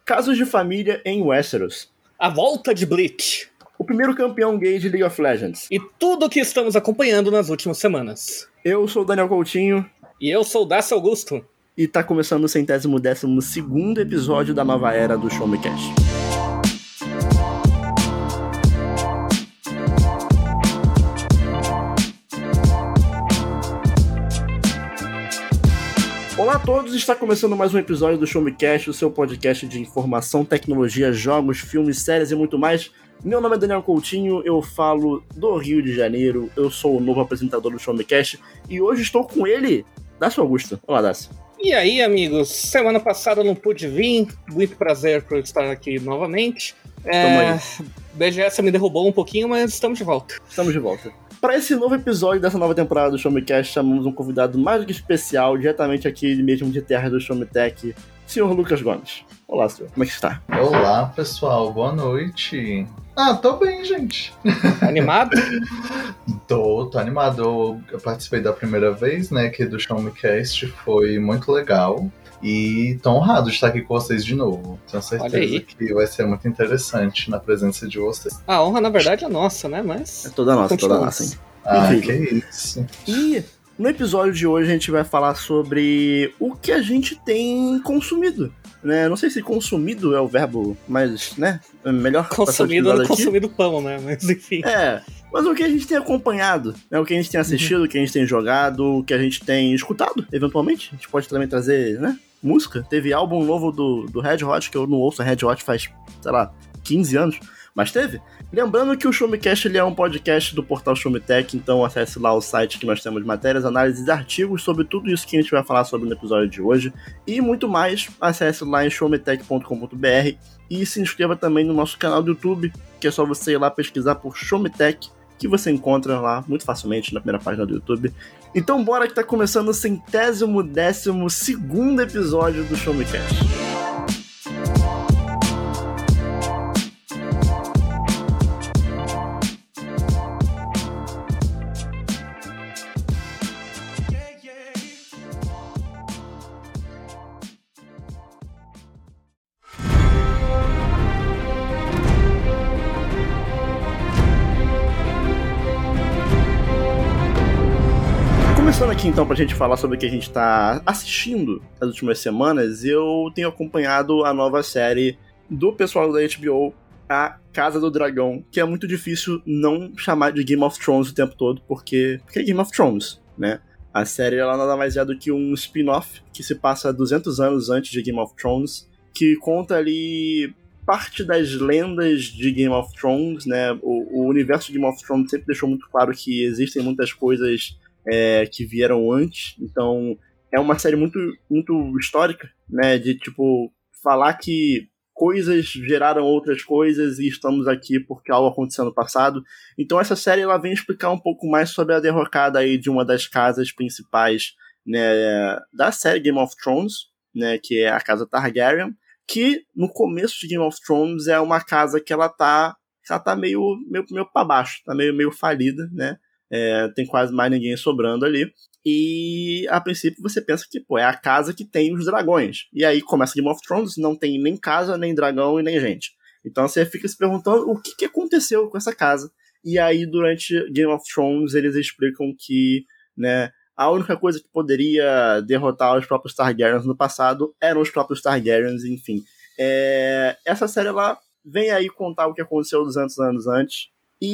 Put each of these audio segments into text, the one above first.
Casos de família em Westeros. A volta de Bleach. O primeiro campeão gay de League of Legends. E tudo o que estamos acompanhando nas últimas semanas. Eu sou o Daniel Coutinho. E eu sou o Dácio Augusto. E tá começando o 112º episódio da nova era do Show Me Cash. Olá a todos, está começando mais um episódio do Show Me Cash, o seu podcast de informação, tecnologia, jogos, filmes, séries e muito mais. Meu nome é Daniel Coutinho, eu falo do Rio de Janeiro, eu sou o novo apresentador do Show Me Cash e hoje estou com ele, Dácio Augusto. Olá, Dácio. E aí, amigos? Semana passada eu não pude vir, muito prazer por estar aqui novamente. BGS me derrubou um pouquinho, mas estamos de volta. Estamos de volta. Para esse novo episódio dessa nova temporada do Show Me Cash, chamamos um convidado mais do que especial, diretamente aqui mesmo de terra do Show Me Tech, Sr. Lucas Gomes. Olá, senhor. Como é que está? Olá, pessoal. Boa noite. Tô bem, gente. Animado? Tô animado. Eu participei da primeira vez, né, aqui do Show Me Cast. Foi muito legal. E tô honrado de estar aqui com vocês de novo. Tenho certeza que vai ser muito interessante na presença de vocês. A honra, na verdade, é nossa, né? Mas é toda nossa, hein? Que isso. E no episódio de hoje a gente vai falar sobre o que a gente tem consumido, né? Não sei se consumido é o verbo mais, né? Melhor consumido ou consumido pão, né? Mas enfim. Mas o que a gente tem acompanhado, né? O que a gente tem assistido, o que a gente tem jogado, o que a gente tem escutado, eventualmente. A gente pode também trazer, né? Música. Teve álbum novo do Red Hot, que eu não ouço Red Hot faz, 15 anos. Mas teve. Lembrando que o Show Me Cast, ele é um podcast do portal Show Me Tech, então acesse lá o site que nós temos matérias, análises e artigos sobre tudo isso que a gente vai falar sobre no episódio de hoje. E muito mais, acesse lá em showmetech.com.br e se inscreva também no nosso canal do YouTube, que é só você ir lá pesquisar por Show Me Tech, que você encontra lá muito facilmente na primeira página do YouTube. Então bora que tá começando o 112º episódio do Show Me Cast. Começando aqui então pra gente falar sobre o que a gente tá assistindo nas últimas semanas, eu tenho acompanhado a nova série do pessoal da HBO, A Casa do Dragão, que é muito difícil não chamar de Game of Thrones o tempo todo, porque é Game of Thrones, né? A série ela nada mais é do que um spin-off que se passa 200 anos antes de Game of Thrones, que conta ali parte das lendas de Game of Thrones, né? O universo de Game of Thrones sempre deixou muito claro que existem muitas coisas que vieram antes, então é uma série muito, muito histórica, né, de tipo, falar que coisas geraram outras coisas e estamos aqui porque algo aconteceu no passado. Então essa série ela vem explicar um pouco mais sobre a derrocada aí de uma das casas principais, né, da série Game of Thrones, né, que é a casa Targaryen, que no começo de Game of Thrones é uma casa que ela tá meio pra baixo, tá meio falida, né. Tem quase mais ninguém sobrando ali. E a princípio você pensa que é a casa que tem os dragões. E aí começa Game of Thrones, não tem nem casa, nem dragão e nem gente. Então você fica se perguntando o que aconteceu com essa casa. E aí durante Game of Thrones eles explicam que, né, a única coisa que poderia derrotar os próprios Targaryens no passado eram os próprios Targaryens, enfim. Essa série ela vem aí contar o que aconteceu 200 anos antes.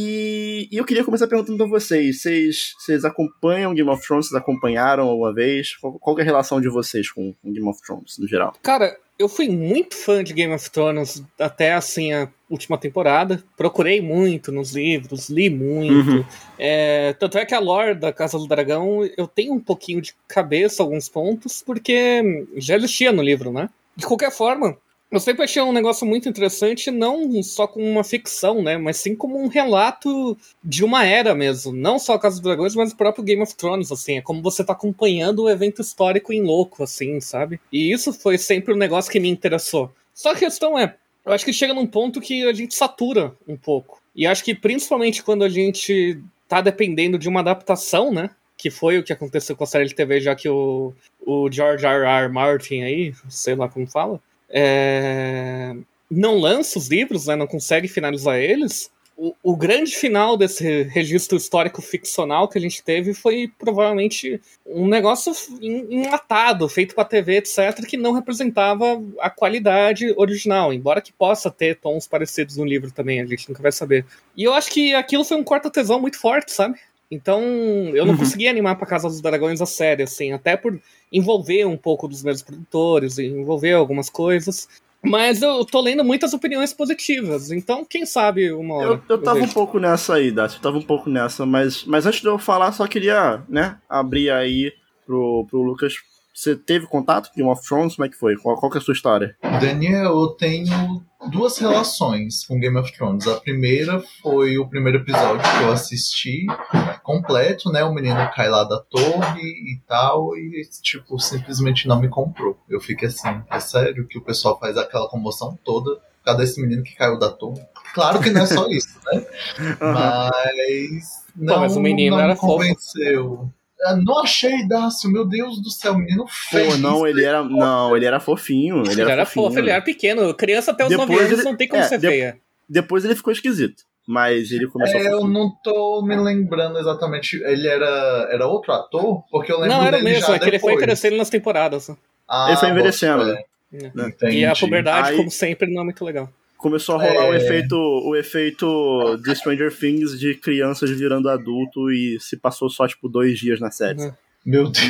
E eu queria começar perguntando pra vocês, vocês acompanham Game of Thrones? Vocês acompanharam alguma vez? Qual é a relação de vocês com Game of Thrones, no geral? Cara, eu fui muito fã de Game of Thrones até, assim, a última temporada. Procurei muito nos livros, li muito. Tanto é que a lore da Casa do Dragão, eu tenho um pouquinho de cabeça, alguns pontos, porque já existia no livro, né? De qualquer forma, eu sempre achei um negócio muito interessante, não só como uma ficção, né, mas sim como um relato de uma era mesmo. Não só a Casa dos Dragões, mas o próprio Game of Thrones, assim. É como você tá acompanhando o evento histórico em louco, assim, sabe? E isso foi sempre um negócio que me interessou. Só que a questão eu acho que chega num ponto que a gente satura um pouco. E acho que principalmente quando a gente tá dependendo de uma adaptação, né, que foi o que aconteceu com a série de TV, já que o George R.R. Martin aí, sei lá como fala, não lança os livros, né, não consegue finalizar eles, o grande final desse registro histórico ficcional que a gente teve foi provavelmente um negócio enlatado, feito para TV, etc., que não representava a qualidade original, embora que possa ter tons parecidos no livro também, a gente nunca vai saber. E eu acho que aquilo foi um corta-tesão muito forte, sabe? Então, eu não consegui animar pra Casa dos Dragões a série, assim, até por envolver um pouco dos mesmos produtores, envolver algumas coisas. Mas eu tô lendo muitas opiniões positivas, então quem sabe uma hora. Eu tava um pouco nessa aí, Dácio, eu tava um pouco nessa, mas antes de eu falar, só queria, né, abrir aí pro Lucas. Você teve contato com Game of Thrones? Como é que foi? Qual que é a sua história? Daniel, eu tenho duas relações com Game of Thrones. A primeira foi o primeiro episódio que eu assisti completo, né? O menino cai lá da torre e tal, e tipo, simplesmente não me comprou. Eu fiquei assim, é sério que o pessoal faz aquela comoção toda por causa desse menino que caiu da torre? Claro que não é só isso, né? Mas não, mas o menino não era me convenceu. Não achei, Dácio, meu Deus do céu, menino feio. Pô, não, ele era fofinho. Ele era fofo, ele era pequeno. Criança até os 9 anos não tem como ser feia. Depois ele ficou esquisito. Mas ele começou a eu não tô me lembrando exatamente. Ele era outro ator? Porque eu lembro não, era dele mesmo, já é que ele foi crescendo nas temporadas. Ele foi envelhecendo, né? E a puberdade, como sempre, não é muito legal. Começou a rolar o efeito de Stranger Things de crianças virando adulto e se passou só, tipo, 2 dias na série. Meu Deus.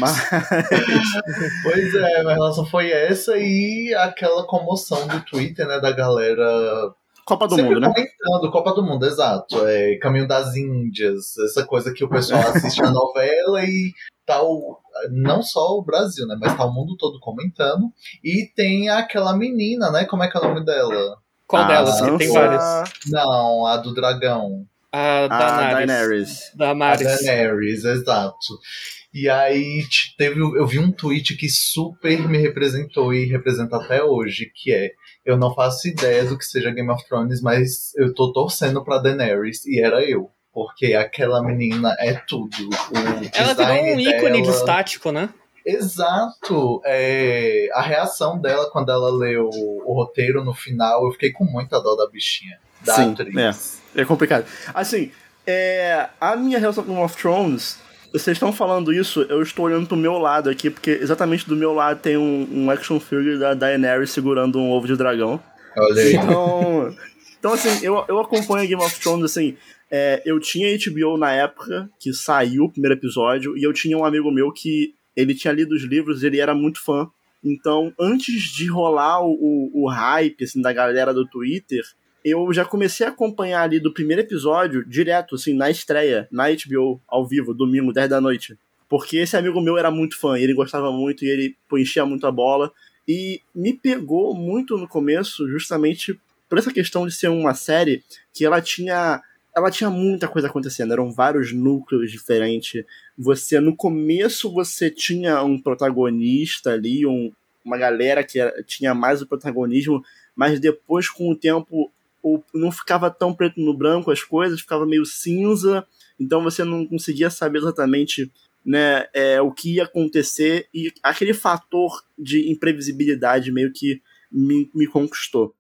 Pois é, minha relação foi essa e aquela comoção do Twitter, né, da galera... Copa do Mundo, né? Comentando, Copa do Mundo, exato. Caminho das Índias, essa coisa que o pessoal assiste a novela e tal, não só o Brasil, né, mas tá o mundo todo comentando. E tem aquela menina, né, como é que é o nome dela? Qual delas? Que tem várias. Não, a do dragão. A Daenerys. Daenerys, exato. E aí eu vi um tweet que super me representou e representa até hoje, que é: eu não faço ideia do que seja Game of Thrones, mas eu tô torcendo pra Daenerys, e era eu. Porque aquela menina é tudo. Ela virou um ícone de estático, né? Exato. A reação dela quando ela leu o roteiro no final, eu fiquei com muita dó da bichinha, da atriz. É complicado. Assim, a minha relação com Game of Thrones, vocês estão falando isso, eu estou olhando pro meu lado aqui, porque exatamente do meu lado tem um action figure da Daenerys segurando um ovo de dragão. Olha aí. Então assim, eu acompanho Game of Thrones, assim, eu tinha HBO na época que saiu o primeiro episódio, e eu tinha um amigo meu que ele tinha lido os livros, ele era muito fã. Então, antes de rolar o hype, assim, da galera do Twitter, eu já comecei a acompanhar ali do primeiro episódio, direto, assim, na estreia, na HBO, ao vivo, domingo, 10 da noite. Porque esse amigo meu era muito fã, ele gostava muito, e ele enchia muito a bola. E me pegou muito no começo, justamente por essa questão de ser uma série que ela tinha muita coisa acontecendo, eram vários núcleos diferentes. No começo você tinha um protagonista ali, uma galera que tinha mais o protagonismo, mas depois, com o tempo, não ficava tão preto no branco as coisas, ficava meio cinza, então você não conseguia saber exatamente, né, o que ia acontecer, e aquele fator de imprevisibilidade meio que me conquistou.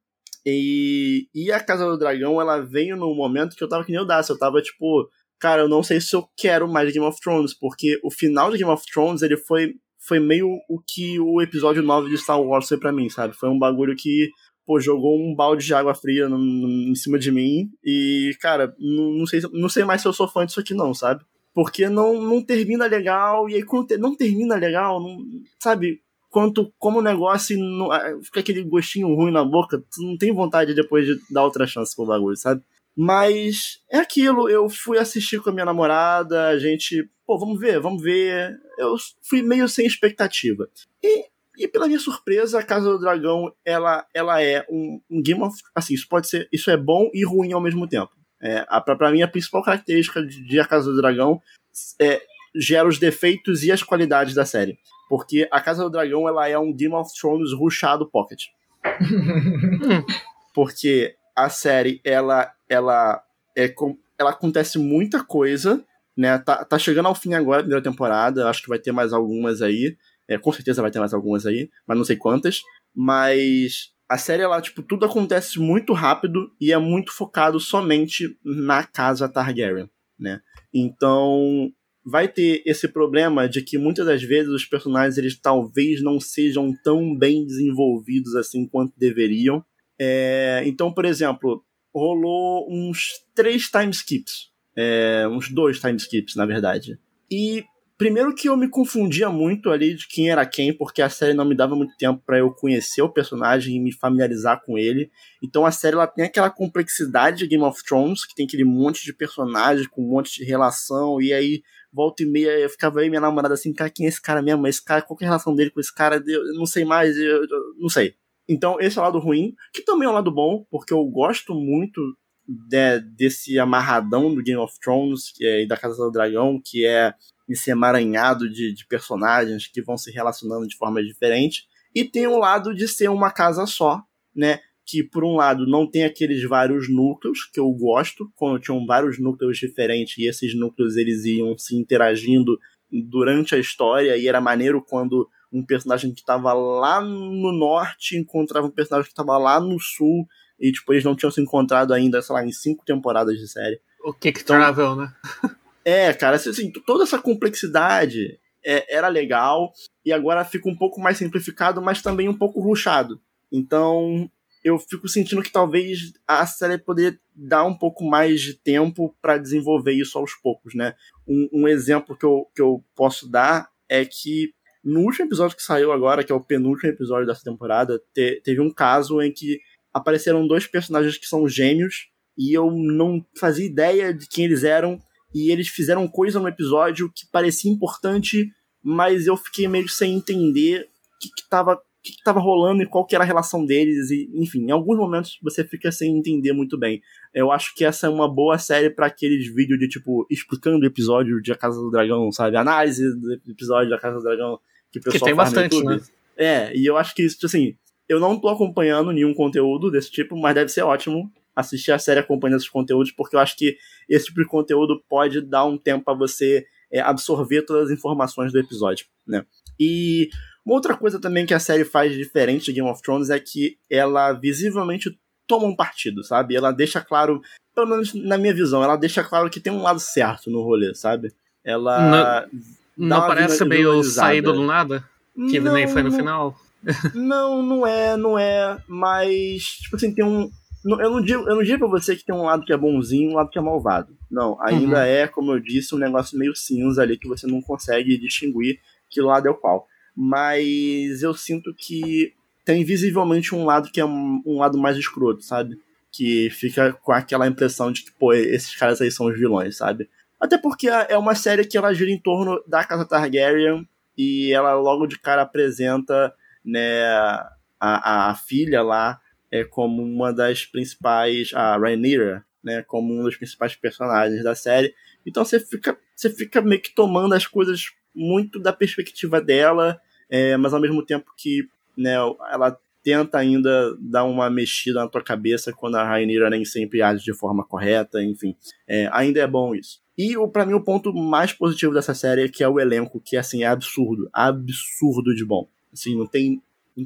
E a Casa do Dragão, ela veio num momento que eu tava que nem o Dácio, eu tava tipo, cara, eu não sei se eu quero mais Game of Thrones, porque o final de Game of Thrones, ele foi meio o que o episódio 9 de Star Wars foi pra mim, sabe? Foi um bagulho que, jogou um balde de água fria em cima de mim, e, cara, não sei mais se eu sou fã disso aqui não, sabe? Porque não termina legal, e aí quando não termina legal, sabe? Como o negócio fica aquele gostinho ruim na boca, tu não tem vontade depois de dar outra chance pro bagulho, sabe? Mas é aquilo, eu fui assistir com a minha namorada, a gente, vamos ver. Eu fui meio sem expectativa. E pela minha surpresa, a Casa do Dragão, ela é um Game of... Assim, isso é bom e ruim ao mesmo tempo. Pra mim, a principal característica de A Casa do Dragão gera os defeitos e as qualidades da série. Porque a Casa do Dragão, ela é um Game of Thrones rushado pocket. Porque a série, ela acontece muita coisa, né? Tá chegando ao fim agora, a primeira temporada, acho que vai ter mais algumas aí. Com certeza vai ter mais algumas aí, mas não sei quantas. Mas A série, ela, tipo, tudo acontece muito rápido e é muito focado somente na casa Targaryen, né? Então, vai ter esse problema de que muitas das vezes os personagens, eles talvez não sejam tão bem desenvolvidos assim quanto deveriam. Então, por exemplo, rolou uns 3 time skips. Uns 2 time skips, na verdade. E primeiro que eu me confundia muito ali de quem era quem, porque a série não me dava muito tempo pra eu conhecer o personagem e me familiarizar com ele. Então a série, ela tem aquela complexidade de Game of Thrones, que tem aquele monte de personagens com um monte de relação, e aí volta e meia eu ficava aí minha namorada assim, cara, quem é esse cara mesmo? Esse cara, qual que é a relação dele com esse cara? Eu não sei mais, eu não sei. Então esse é o lado ruim, que também é um lado bom, porque eu gosto muito desse amarradão do Game of Thrones e da Casa do Dragão, que é esse emaranhado de personagens que vão se relacionando de forma diferente. E tem o lado de ser uma casa só, né? Que, por um lado, não tem aqueles vários núcleos, que eu gosto, quando tinham vários núcleos diferentes, e esses núcleos, eles iam se interagindo durante a história, e era maneiro quando um personagem que estava lá no norte encontrava um personagem que estava lá no sul, e, tipo, eles não tinham se encontrado ainda, sei lá, em 5 temporadas de série. O Kick Travel, né? Cara, assim, toda essa complexidade era legal, e agora fica um pouco mais simplificado, mas também um pouco rushado. Então, eu fico sentindo que talvez a série poderia dar um pouco mais de tempo para desenvolver isso aos poucos, né? Um exemplo que eu posso dar é que no último episódio que saiu agora, que é o penúltimo episódio dessa temporada, teve um caso em que apareceram 2 personagens que são gêmeos, e eu não fazia ideia de quem eles eram, e eles fizeram coisa no episódio que parecia importante, mas eu fiquei meio sem entender o que tava rolando e qual que era a relação deles, e enfim, em alguns momentos você fica sem entender muito bem. Eu acho que essa é uma boa série pra aqueles vídeos de, tipo, explicando o episódio de A Casa do Dragão, sabe? Análise do episódio da Casa do Dragão que o pessoal que tem faz bastante, no YouTube. né? E eu acho que isso, assim, eu não tô acompanhando nenhum conteúdo desse tipo, mas deve ser ótimo assistir a série acompanhando esses conteúdos, porque eu acho que esse tipo de conteúdo pode dar um tempo pra você absorver todas as informações do episódio, né? E uma outra coisa também que a série faz diferente de Game of Thrones é que ela visivelmente toma um partido, sabe? Ela deixa claro, pelo menos na minha visão, ela deixa claro que tem um lado certo no rolê, sabe? Ela não parece meio saído do nada? Que não, nem foi no final? Não é, mas, tipo assim, tem um... Eu não digo pra você que tem um lado que é bonzinho e um lado que é malvado. Não, ainda é, como eu disse, um negócio meio cinza ali que você não consegue distinguir que lado é o qual. Mas eu sinto que tem visivelmente um lado que é um lado mais escroto, sabe? Que fica com aquela impressão de que, pô, esses caras aí são os vilões, sabe? Até porque é uma série que ela gira em torno da Casa Targaryen e ela logo de cara apresenta, né, a filha lá como uma das principais, a Rhaenyra, né, como um dos principais personagens da série. Então você fica meio que tomando as coisas muito da perspectiva dela, mas ao mesmo tempo que, né, ela tenta ainda dar uma mexida na tua cabeça quando a Rhaenyra nem sempre age de forma correta, enfim. Ainda é bom isso. E pra mim o ponto mais positivo dessa série é que é o elenco, que assim, é absurdo de bom. Assim, não tem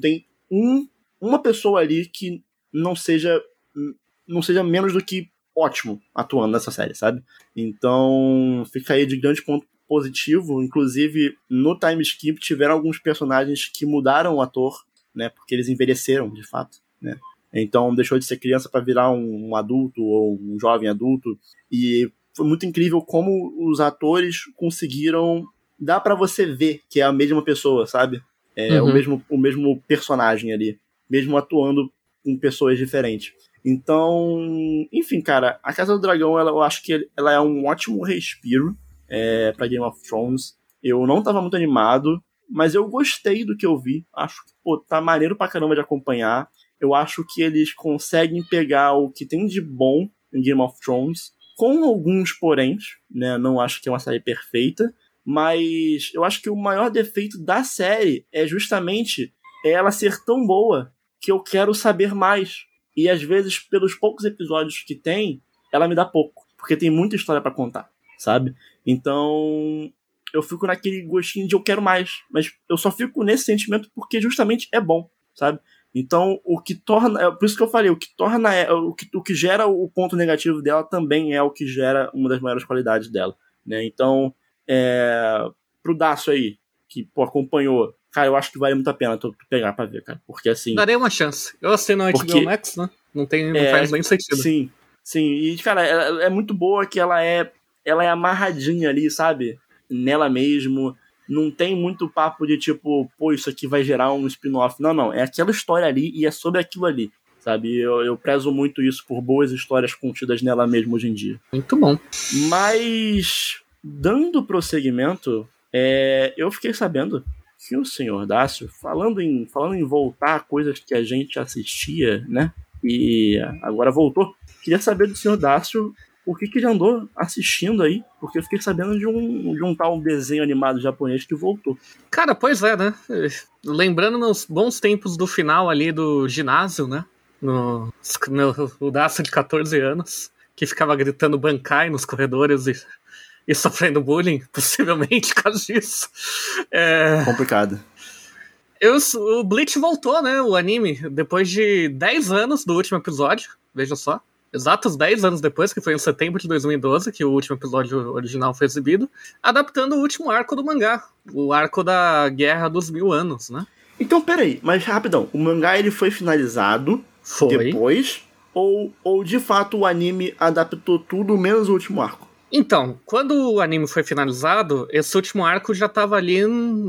uma pessoa ali que não seja menos do que ótimo atuando nessa série, sabe? Então fica aí de grande ponto positivo. Inclusive no time skip tiveram alguns personagens que mudaram o ator, né, porque eles envelheceram de fato, né? Então deixou de ser criança para virar um adulto ou um jovem adulto, e foi muito incrível como os atores conseguiram dar para você ver que é a mesma pessoa, sabe? O mesmo personagem ali, mesmo atuando com pessoas diferentes. Então, enfim, cara, A Casa do Dragão, eu acho que ela é um ótimo respiro pra Game of Thrones. Eu não tava muito animado, mas eu gostei do que eu vi. Acho que, pô, tá maneiro pra caramba de acompanhar. Eu acho que eles conseguem pegar o que tem de bom em Game of Thrones, com alguns poréns, né? Não acho que é uma série perfeita, mas eu acho que o maior defeito da série é justamente ela ser tão boa que eu quero saber mais. E às vezes, pelos poucos episódios que tem, ela me dá pouco, porque tem muita história pra contar, sabe? Então eu fico naquele gostinho de eu quero mais, mas eu só fico nesse sentimento porque justamente é bom, sabe? Então, o que torna... Por isso que eu falei, o que gera o ponto negativo dela também é o que gera uma das maiores qualidades dela, né? Então, pro Dácio aí, que acompanhou, cara, eu acho que vale muito a pena tu pegar pra ver, cara, porque assim... Darei uma chance. Eu assino a HBO Max, né? Não faz nem sentido. Sim, e, cara, ela é muito boa que ela é amarradinha ali, sabe? Nela mesmo. Não tem muito papo de tipo, pô, isso aqui vai gerar um spin-off. Não. É aquela história ali e é sobre aquilo ali, sabe? Eu prezo muito isso por boas histórias contidas nela mesmo hoje em dia. Muito bom. Mas, dando prosseguimento, eu fiquei sabendo que o senhor Dácio, falando em voltar a coisas que a gente assistia, né? E agora voltou. Queria saber do senhor Dácio o que ele andou assistindo aí, porque eu fiquei sabendo de um tal desenho animado japonês que voltou. Cara, pois é, né? Lembrando meus bons tempos do final ali do ginásio, né? O Dácio de 14 anos, que ficava gritando Bankai nos corredores e sofrendo bullying, possivelmente, por causa disso. Complicado. O Bleach voltou, né? O anime, depois de 10 anos do último episódio, veja só. Exatos 10 anos depois, que foi em setembro de 2012, que o último episódio original foi exibido, adaptando o último arco do mangá, o arco da Guerra dos 1000 Anos, né? Então, peraí, mas rapidão, o mangá ele foi finalizado depois, ou de fato o anime adaptou tudo menos o último arco? Então, quando o anime foi finalizado, esse último arco já tava ali,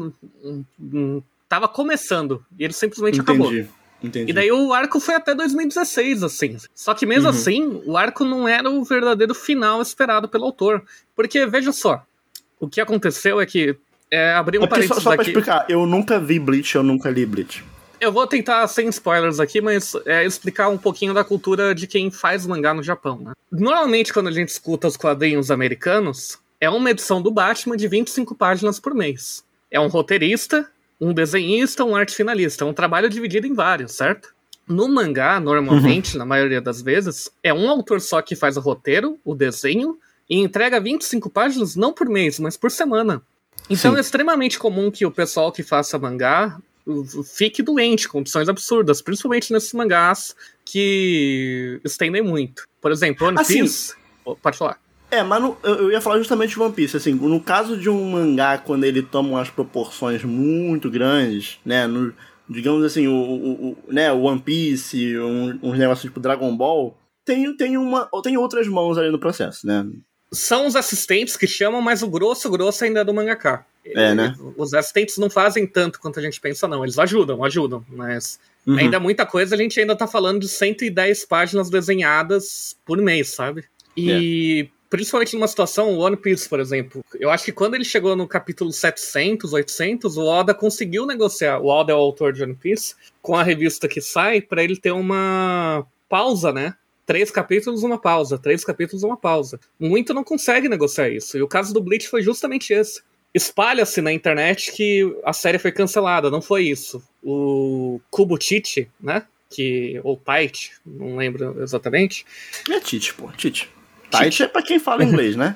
tava começando, e ele simplesmente acabou. Entendi. E daí o arco foi até 2016, assim. Só que mesmo assim, o arco não era o verdadeiro final esperado pelo autor. Porque, veja só, o que aconteceu é que... abriu um parênteses só pra aqui. explicar, eu nunca vi Bleach, eu nunca li Bleach. Eu vou tentar, sem spoilers aqui, mas explicar um pouquinho da cultura de quem faz mangá no Japão, né? Normalmente, quando a gente escuta os quadrinhos americanos, é uma edição do Batman de 25 páginas por mês. É um roteirista, um desenhista, um arte finalista. É um trabalho dividido em vários, certo? No mangá, normalmente, na maioria das vezes, é um autor só que faz o roteiro, o desenho, e entrega 25 páginas não por mês, mas por semana. Então é extremamente comum que o pessoal que faça mangá fique doente com opções absurdas, principalmente nesses mangás que estendem muito. Por exemplo, One Piece... Pode falar. Mas eu ia falar justamente de One Piece, assim, no caso de um mangá, quando ele toma umas proporções muito grandes, né, digamos assim, o One Piece, uns negócios tipo Dragon Ball, tem outras mãos ali no processo, né? São os assistentes que chamam, mas o grosso ainda é do mangaka. Né? Os assistentes não fazem tanto quanto a gente pensa, não. Eles ajudam, mas ainda muita coisa, a gente ainda tá falando de 110 páginas desenhadas por mês, sabe? E... principalmente numa situação, o One Piece, por exemplo. Eu acho que quando ele chegou no capítulo 700, 800, o Oda conseguiu negociar, o Oda é o autor de One Piece, com a revista que sai, pra ele ter uma pausa, né? 3 capítulos, uma pausa. 3 capítulos, uma pausa. Muito não consegue negociar isso. E o caso do Bleach foi justamente esse. Espalha-se na internet que a série foi cancelada. Não foi isso. O Kubo Chichi, né? Ou Taichi, não lembro exatamente. É Chichi, pô. Chichi. Taichi é pra quem fala inglês, né?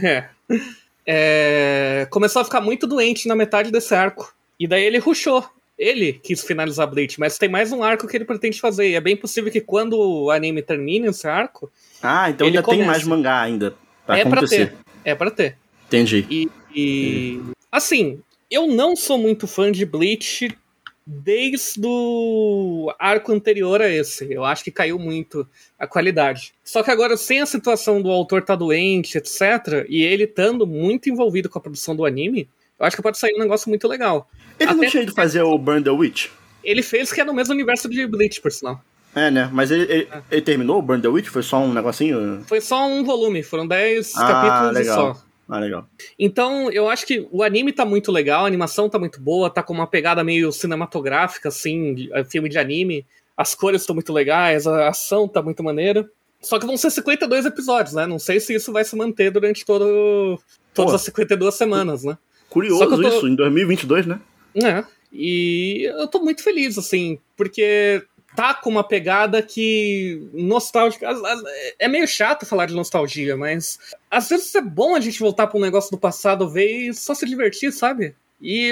Começou a ficar muito doente na metade desse arco. E daí ele rushou. Ele quis finalizar Bleach, mas tem mais um arco que ele pretende fazer. E é bem possível que quando o anime termine esse arco... então ainda tem mais mangá ainda pra acontecer. É pra ter. Entendi. Assim, eu não sou muito fã de Bleach desde o arco anterior a esse. Eu acho que caiu muito a qualidade. Só que agora, sem a situação do autor tá doente, etc., e ele estando muito envolvido com a produção do anime, eu acho que pode sair um negócio muito legal. Ele não tinha ido fazer o Burn the Witch? Ele fez, que é no mesmo universo de Bleach, por sinal. Né? Mas ele terminou o Burn the Witch? Foi só um negocinho? Foi só um volume, foram 10 capítulos legal. e só. Legal. Então, eu acho que o anime tá muito legal, a animação tá muito boa, tá com uma pegada meio cinematográfica, assim, filme de anime. As cores estão muito legais, a ação tá muito maneira. Só que vão ser 52 episódios, né? Não sei se isso vai se manter durante todas as 52 semanas, né? Curioso isso, em 2022, né? E eu tô muito feliz, assim, porque tá com uma pegada que nostálgica. É meio chato falar de nostalgia, mas às vezes é bom a gente voltar pra um negócio do passado, ver e só se divertir, sabe? E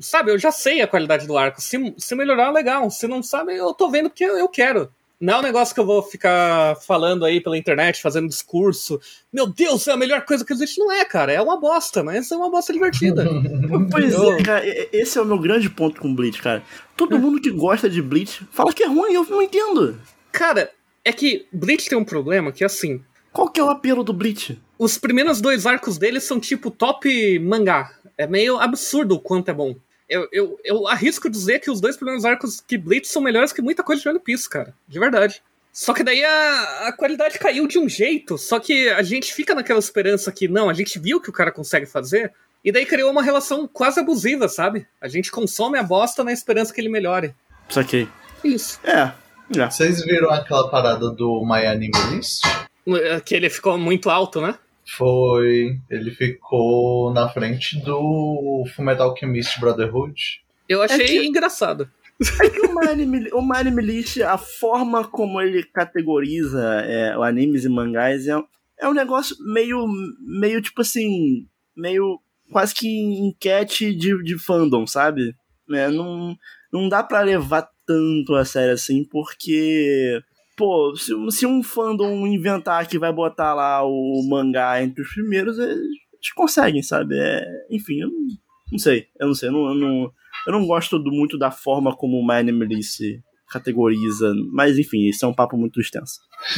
sabe, eu já sei a qualidade do arco. Se melhorar, legal. Se não sabe, eu tô vendo porque eu quero. Não é um negócio que eu vou ficar falando aí pela internet, fazendo discurso. Meu Deus, é a melhor coisa que existe. Não é, cara. É uma bosta, mas é uma bosta divertida. Pois é, cara. Esse é o meu grande ponto com Bleach, cara. Todo mundo que gosta de Bleach fala que é ruim, eu não entendo. Cara, é que Bleach tem um problema que, assim... Qual que é o apelo do Bleach? Os primeiros 2 arcos dele são tipo top mangá. É meio absurdo o quanto é bom. Eu arrisco dizer que os 2 primeiros arcos que Bleach são melhores que muita coisa de One Piece, cara. De verdade. Só que daí a qualidade caiu de um jeito, só que a gente fica naquela esperança que, não, a gente viu que o cara consegue fazer, e daí criou uma relação quase abusiva, sabe? A gente consome a bosta na esperança que ele melhore. Saquei. Isso. É. Vocês viram aquela parada do My Anime List? Que ele ficou muito alto, né? Foi. Ele ficou na frente do Fullmetal Alchemist Brotherhood. Eu achei engraçado. É que o My Anime List, a forma como ele categoriza animes e mangás é um negócio meio tipo assim, meio quase que enquete de fandom, sabe? Não dá pra levar tanto a sério assim, porque, pô, se um fandom inventar que vai botar lá o mangá entre os primeiros, eles conseguem, sabe? Enfim, eu não sei. Eu não gosto muito da forma como o My Anime List categoriza, mas enfim, isso é um papo muito extenso.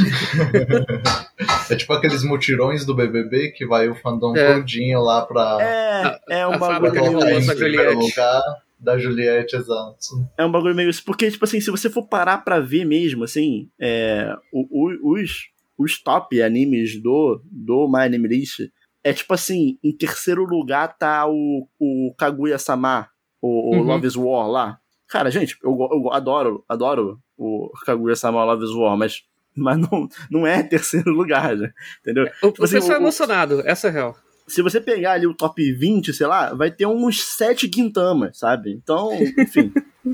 É tipo aqueles mutirões do BBB que vai o fandom todinho lá pra... É um bagulho meio lugar da Juliette, exato. É um bagulho meio isso, porque, tipo assim, se você for parar pra ver mesmo, assim, os top animes do My Anime List, é tipo assim, em terceiro lugar tá o Kaguya-sama, o Love is War lá. Cara, gente, eu adoro o Kaguya-sama Love is War, mas não é terceiro lugar, né? Entendeu? O pessoal é emocionado, essa é real. Se você pegar ali o top 20, sei lá, vai ter uns 7 Gintamas, sabe? Então, enfim,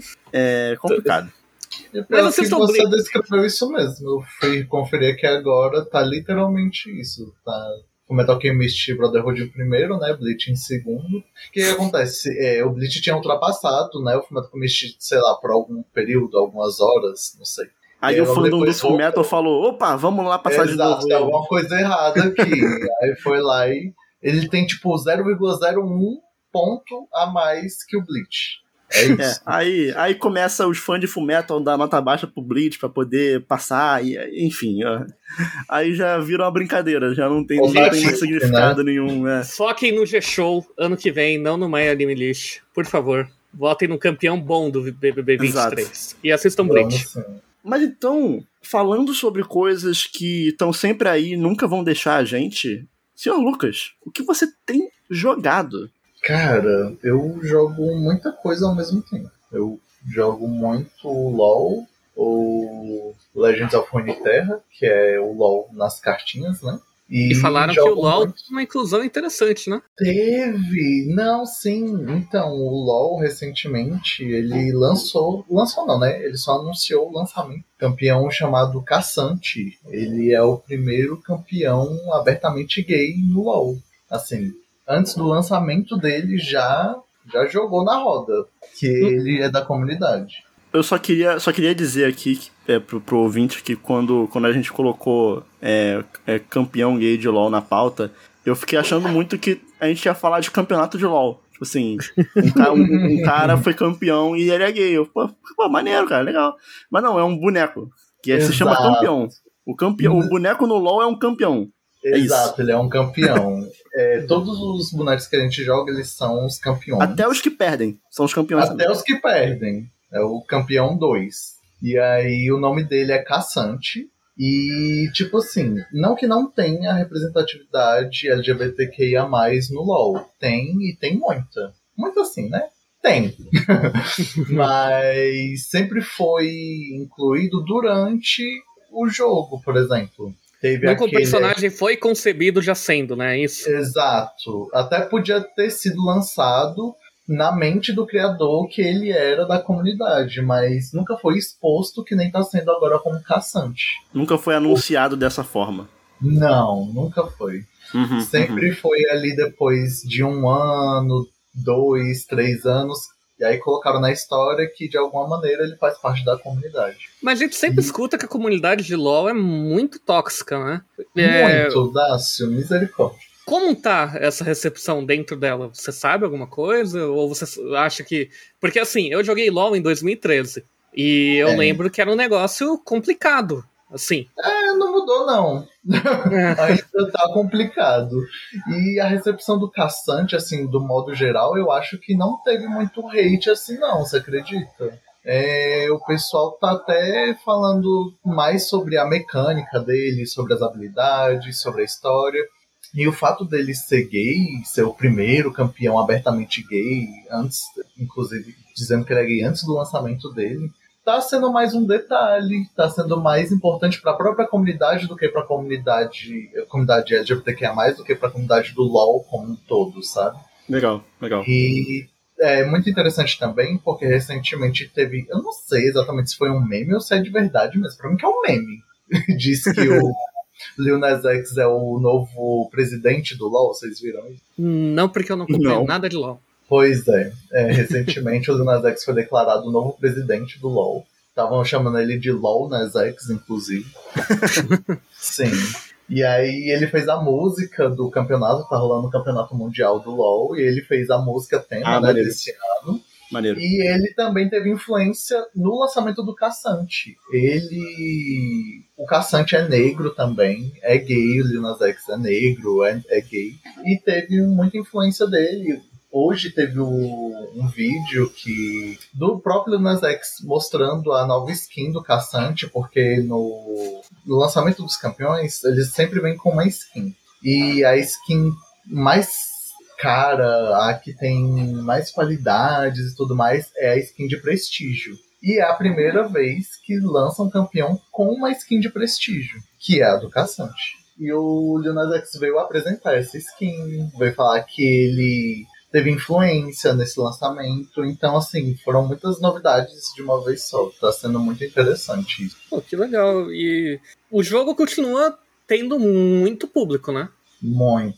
é complicado. Mas você descreveu isso mesmo. Eu fui conferir aqui agora, tá literalmente isso. Tá o Metal Alchemist Brotherhood em primeiro, né? Bleach em segundo. O que acontece? O Bleach tinha ultrapassado, né? O Metal Alchemist, sei lá, por algum período, algumas horas, não sei. Aí o fandom do Fullmetal falou, opa, vamos lá passar de novo. Tem alguma coisa errada aqui. Aí foi lá e ele tem tipo 0,01 ponto a mais que o Bleach. É isso. Aí começa os fãs de Fullmetal dar nota baixa pro Bleach pra poder passar, enfim. Aí já vira uma brincadeira, já não tem mais significado nenhum. Foquem no G-Show ano que vem, não no My Anime List. Por favor, votem no campeão bom do BBB 23. Exato. E assistam Bleach. Mas então, falando sobre coisas que estão sempre aí e nunca vão deixar a gente, senhor Lucas, o que você tem jogado? Cara, eu jogo muita coisa ao mesmo tempo. Eu jogo muito LoL, ou Legends of Runeterra, que é o LoL nas cartinhas, né? E falaram que o LoL tem uma inclusão interessante, né? Teve! Não, sim. Então, o LoL, recentemente, ele lançou não, né? Ele só anunciou o lançamento. Campeão chamado Cassante. Ele é o primeiro campeão abertamente gay no LoL. Assim, antes do lançamento dele, já jogou na roda. Que ele é da comunidade. Eu só queria dizer aqui pro ouvinte que quando a gente colocou campeão gay de LoL na pauta, eu fiquei achando muito que a gente ia falar de campeonato de LoL. Tipo assim, um cara foi campeão e ele é gay. Pô, maneiro, cara, legal. Mas não, é um boneco, que se chama campeão. O boneco no LoL é um campeão. Exato, ele é um campeão. Todos os bonecos que a gente joga, eles são os campeões. Até os que perdem, são os campeões. Até também. Os que perdem. É o campeão 2. E aí o nome dele é Cassante. E, tipo assim, não que não tenha representatividade LGBTQIA+, no LoL. Tem, e tem muita. Muito assim, né? Tem. Mas sempre foi incluído durante o jogo, por exemplo. Nunca o personagem foi concebido já sendo, né? Isso. Exato. Até podia ter sido lançado na mente do criador que ele era da comunidade, mas nunca foi exposto que nem tá sendo agora como Cassante. Nunca foi anunciado dessa forma. Não, nunca foi. Sempre foi ali depois de 1 ano, 2, 3 anos, E aí colocaram na história que, de alguma maneira, ele faz parte da comunidade. Mas a gente sempre escuta que a comunidade de LoL é muito tóxica, né? Muito, Dácio, misericórdia. Como tá essa recepção dentro dela? Você sabe alguma coisa? Ou você acha que... Porque assim, eu joguei LoL em 2013. E eu lembro que era um negócio complicado, assim. Não mudou, não. Ainda tá complicado. E a recepção do Caçante, assim, do modo geral, eu acho que não teve muito hate assim, não. Você acredita? O pessoal tá até falando mais sobre a mecânica dele, sobre as habilidades, sobre a história. E o fato dele ser gay, ser o primeiro campeão abertamente gay, antes, inclusive dizendo que ele é gay antes do lançamento dele, tá sendo mais um detalhe, tá sendo mais importante para a própria comunidade do que para a comunidade LGBTQIA+, do que para a comunidade do LoL como um todo, sabe? Legal. E é muito interessante também, porque recentemente teve, eu não sei exatamente se foi um meme ou se é de verdade, mas pra mim que é um meme. Diz que o Lil Nas X é o novo presidente do LoL, vocês viram isso? Não, porque eu não acompanho nada de LoL. Pois recentemente o Lil Nas X foi declarado o novo presidente do LoL. Estavam chamando ele de LoL Nas X, inclusive. Sim. E aí ele fez a música do campeonato, tá rolando o campeonato mundial do LoL, e ele fez a música tema desse ano. Maneiro. E ele também teve influência no lançamento do Caçante. O Caçante é negro também, é gay, o Lil Nas X é negro, é gay. E teve muita influência dele. Hoje teve um vídeo do próprio Lil Nas X mostrando a nova skin do Caçante, porque no lançamento dos campeões, eles sempre vêm com uma skin. E a skin mais cara, a que tem mais qualidades e tudo mais, é a skin de prestígio. E é a primeira vez que lança um campeão com uma skin de prestígio, que é a do Caçante. E o Lil Nas X veio apresentar essa skin, veio falar que ele teve influência nesse lançamento. Então, assim, foram muitas novidades de uma vez só. Tá sendo muito interessante isso. Pô, que legal. E o jogo continua tendo muito público, né? Muito.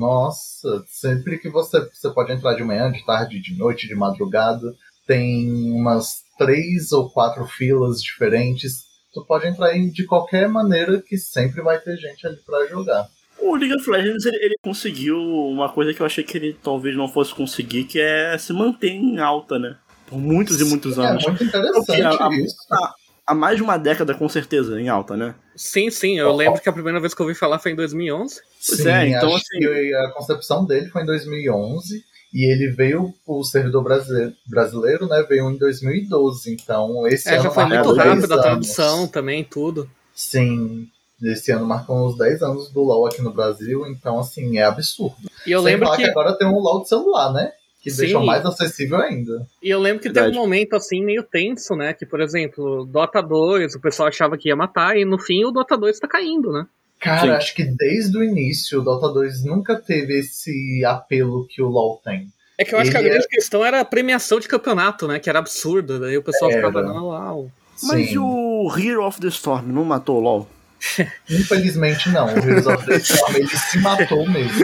Nossa, sempre que você pode entrar de manhã, de tarde, de noite, de madrugada, tem umas 3 ou 4 filas diferentes. Tu pode entrar de qualquer maneira que sempre vai ter gente ali pra jogar. O League of Legends, ele conseguiu uma coisa que eu achei que ele talvez não fosse conseguir, que é se manter em alta, né? Por muitos e muitos anos. É muito interessante isso. Há mais de uma década, com certeza, em alta, né? Sim. Eu lembro que a primeira vez que eu ouvi falar foi em 2011. Pois então assim, a concepção dele foi em 2011 e ele veio, o servidor brasileiro, né, veio em 2012. Então esse ano já foi muito rápido a tradução também, tudo. Sim, esse ano marcou uns 10 anos do LoL aqui no Brasil, então assim, é absurdo. E eu Sem lembro falar que agora tem um LoL de celular, né? Que deixou mais acessível ainda. E eu lembro que teve um momento assim meio tenso, né? Que, por exemplo, Dota 2, o pessoal achava que ia matar, e no fim o Dota 2 tá caindo, né? Cara, acho que desde o início o Dota 2 nunca teve esse apelo que o LoL tem. É que eu acho que a grande questão era a premiação de campeonato, né? Que era absurda, daí o pessoal ficava, não, uau. Mas o Hero of the Storm não matou o LoL? Infelizmente não, o Heroes of the Storm ele se matou mesmo.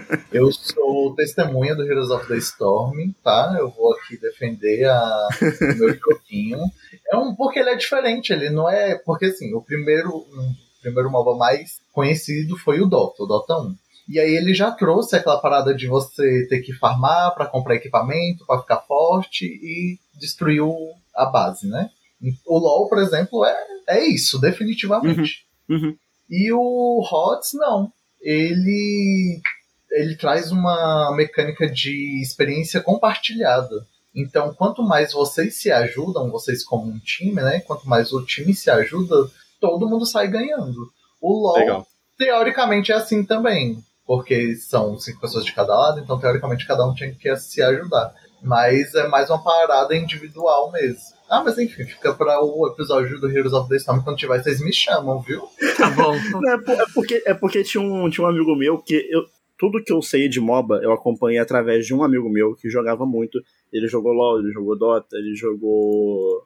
Eu sou testemunha do Heroes of the Storm, tá? Eu vou aqui defender o meu joguinho. Porque ele é diferente, ele não é... Porque assim, o primeiro MOBA mais conhecido foi o Dota 1. E aí ele já trouxe aquela parada de você ter que farmar pra comprar equipamento, pra ficar forte, e destruiu a base, né? O LoL, por exemplo, é isso, definitivamente. Uhum. E o HOTS, não. Ele traz uma mecânica de experiência compartilhada. Então, quanto mais vocês se ajudam, vocês como um time, né? Quanto mais o time se ajuda, todo mundo sai ganhando. O LoL, teoricamente, é assim também. Porque são 5 pessoas de cada lado, então, teoricamente, cada um tinha que se ajudar. Mas é mais uma parada individual mesmo. Mas enfim, fica para o episódio do Heroes of the Storm. Quando tiver, vocês me chamam, viu? Tá bom. É porque tinha um amigo meu que tudo que eu sei de MOBA eu acompanhei através de um amigo meu que jogava muito. Ele jogou LoL, ele jogou Dota, ele jogou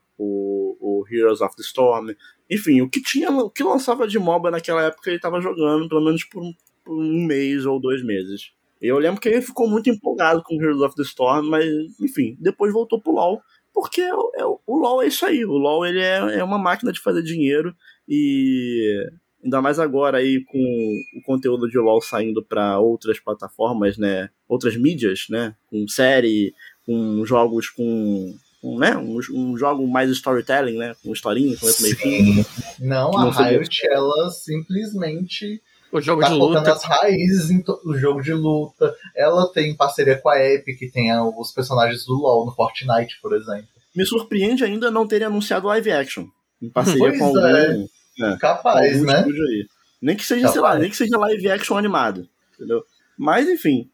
o Heroes of the Storm. Enfim, o que lançava de MOBA naquela época ele tava jogando, pelo menos por um mês ou 2 meses. Eu lembro que ele ficou muito empolgado com Heroes of the Storm, mas, enfim, depois voltou pro LoL, porque o LoL é isso aí. O LoL ele é uma máquina de fazer dinheiro, e ainda mais agora aí com o conteúdo de LoL saindo para outras plataformas, né? Outras mídias, né? Com série, com jogos né? Um jogo mais storytelling, né? Com historinha, com meio fim. Não, a Riot, ela simplesmente o jogo tá de colocando luta. as raízes no jogo de luta. Ela tem parceria com a Epic, que tem os personagens do LoL no Fortnite, por exemplo. Me surpreende ainda não terem anunciado live action em parceria Pois com algum... Capaz, algum né? estúdio aí. Nem que seja, Capaz. sei lá, nem que seja live action animado, entendeu? Mas, enfim,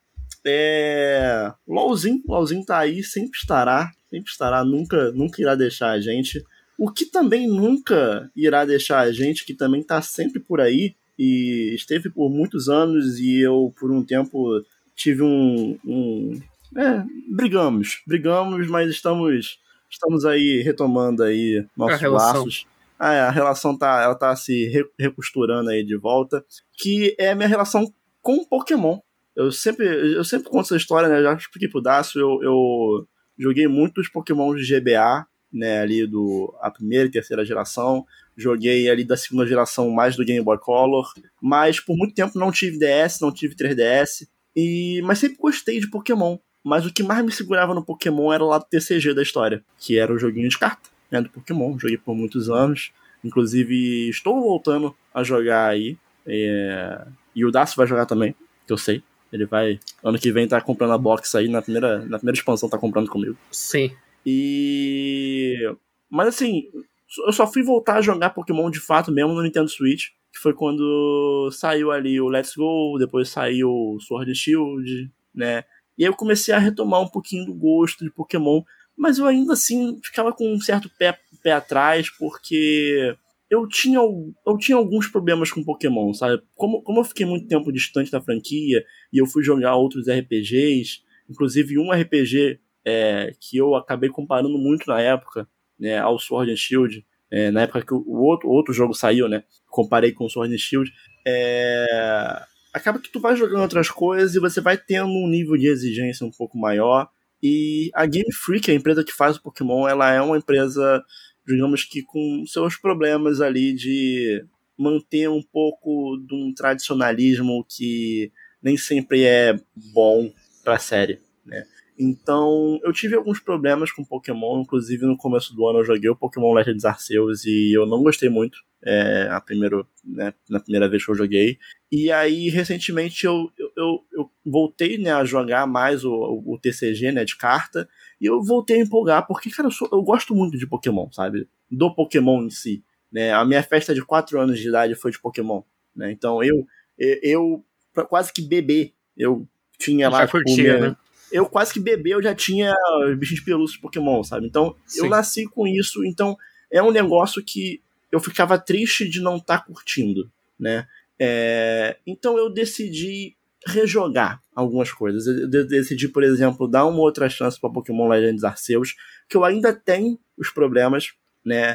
LoLzinho tá aí, sempre estará, nunca irá deixar a gente. O que também nunca irá deixar a gente, que também tá sempre por aí, e esteve por muitos anos, e eu, por um tempo, tive brigamos, mas estamos aí retomando aí nossos laços. A relação tá se recosturando aí de volta, que é a minha relação com o Pokémon. Eu sempre conto essa história, né? Já expliquei pro Dácio, eu joguei muitos Pokémon de GBA, né? Ali a primeira e terceira geração. Joguei ali da segunda geração mais do Game Boy Color. Mas por muito tempo não tive DS, não tive 3DS. Mas sempre gostei de Pokémon. Mas o que mais me segurava no Pokémon era o lado TCG da história, que era o joguinho de carta, né, do Pokémon. Joguei por muitos anos. Inclusive, estou voltando a jogar aí. E o Dácio vai jogar também, que eu sei. Ele vai, ano que vem, tá comprando a box aí, na primeira expansão tá comprando comigo. Sim. Mas assim, eu só fui voltar a jogar Pokémon de fato mesmo no Nintendo Switch, que foi quando saiu ali o Let's Go, depois saiu o Sword and Shield, né? E aí eu comecei a retomar um pouquinho do gosto de Pokémon, mas eu ainda assim ficava com um certo pé atrás, porque eu tinha alguns problemas com Pokémon, sabe? Como eu fiquei muito tempo distante da franquia, e eu fui jogar outros RPGs, inclusive um RPG que eu acabei comparando muito na época, né, ao Sword and Shield, na época que o outro jogo saiu, né? Comparei com o Sword and Shield. Acaba que tu vai jogando outras coisas e você vai tendo um nível de exigência um pouco maior. E a Game Freak, a empresa que faz o Pokémon, ela é uma empresa, digamos que com seus problemas ali de manter um pouco de um tradicionalismo que nem sempre é bom pra série, né? Então, eu tive alguns problemas com Pokémon, inclusive no começo do ano eu joguei o Pokémon Legends Arceus e eu não gostei muito, na primeira vez que eu joguei. E aí, recentemente, eu voltei, né, a jogar mais o TCG, né, de carta, e eu voltei a empolgar, porque, cara, eu gosto muito de Pokémon, sabe? Do Pokémon em si, né? A minha festa de 4 anos de idade foi de Pokémon, né? Então, eu quase que bebê, eu tinha lá, já curtia, né? Eu quase que bebê, eu já tinha bichinhos de pelúcia de Pokémon, sabe? Então, Sim. Eu nasci com isso, então é um negócio que eu ficava triste de não estar curtindo, né? Então eu decidi rejogar algumas coisas. Eu decidi, por exemplo, dar uma outra chance para Pokémon Legends Arceus, que eu ainda tenho os problemas, né?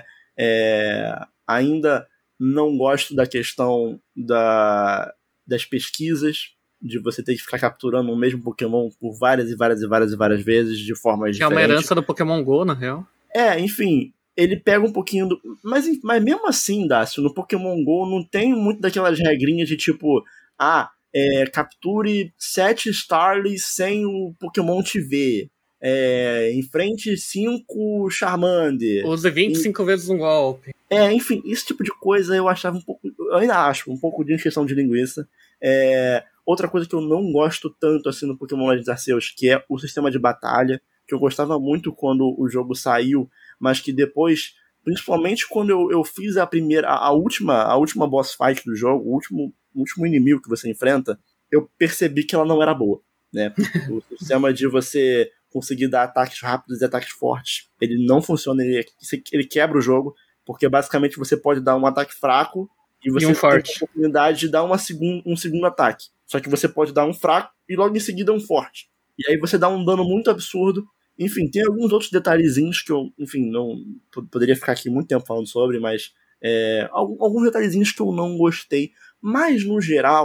Ainda não gosto da questão das pesquisas, de você ter que ficar capturando o mesmo Pokémon por várias vezes, de formas diferentes. É uma herança do Pokémon GO, na real. Enfim, ele pega um pouquinho do... Mas mesmo assim, Dácio, no Pokémon GO não tem muito daquelas regrinhas de tipo, capture 7 Starlies sem o Pokémon te ver. Enfrente 5 Charmander. Use 25 vezes um golpe. Enfim, esse tipo de coisa eu achava um pouco... Eu ainda acho um pouco de encheção de linguiça. Outra coisa que eu não gosto tanto assim no Pokémon Legends Arceus, que é o sistema de batalha, que eu gostava muito quando o jogo saiu, mas que depois, principalmente quando eu fiz a última boss fight do jogo, o último inimigo que você enfrenta, eu percebi que ela não era boa, né? O sistema de você conseguir dar ataques rápidos e ataques fortes, ele não funciona, ele quebra o jogo, porque basicamente você pode dar um ataque fraco e você tem a oportunidade de dar um segundo ataque. Só que você pode dar um fraco e logo em seguida um forte. E aí você dá um dano muito absurdo. Enfim, tem alguns outros detalhezinhos que eu, enfim, não poderia ficar aqui muito tempo falando sobre, mas alguns detalhezinhos que eu não gostei. Mas, no geral,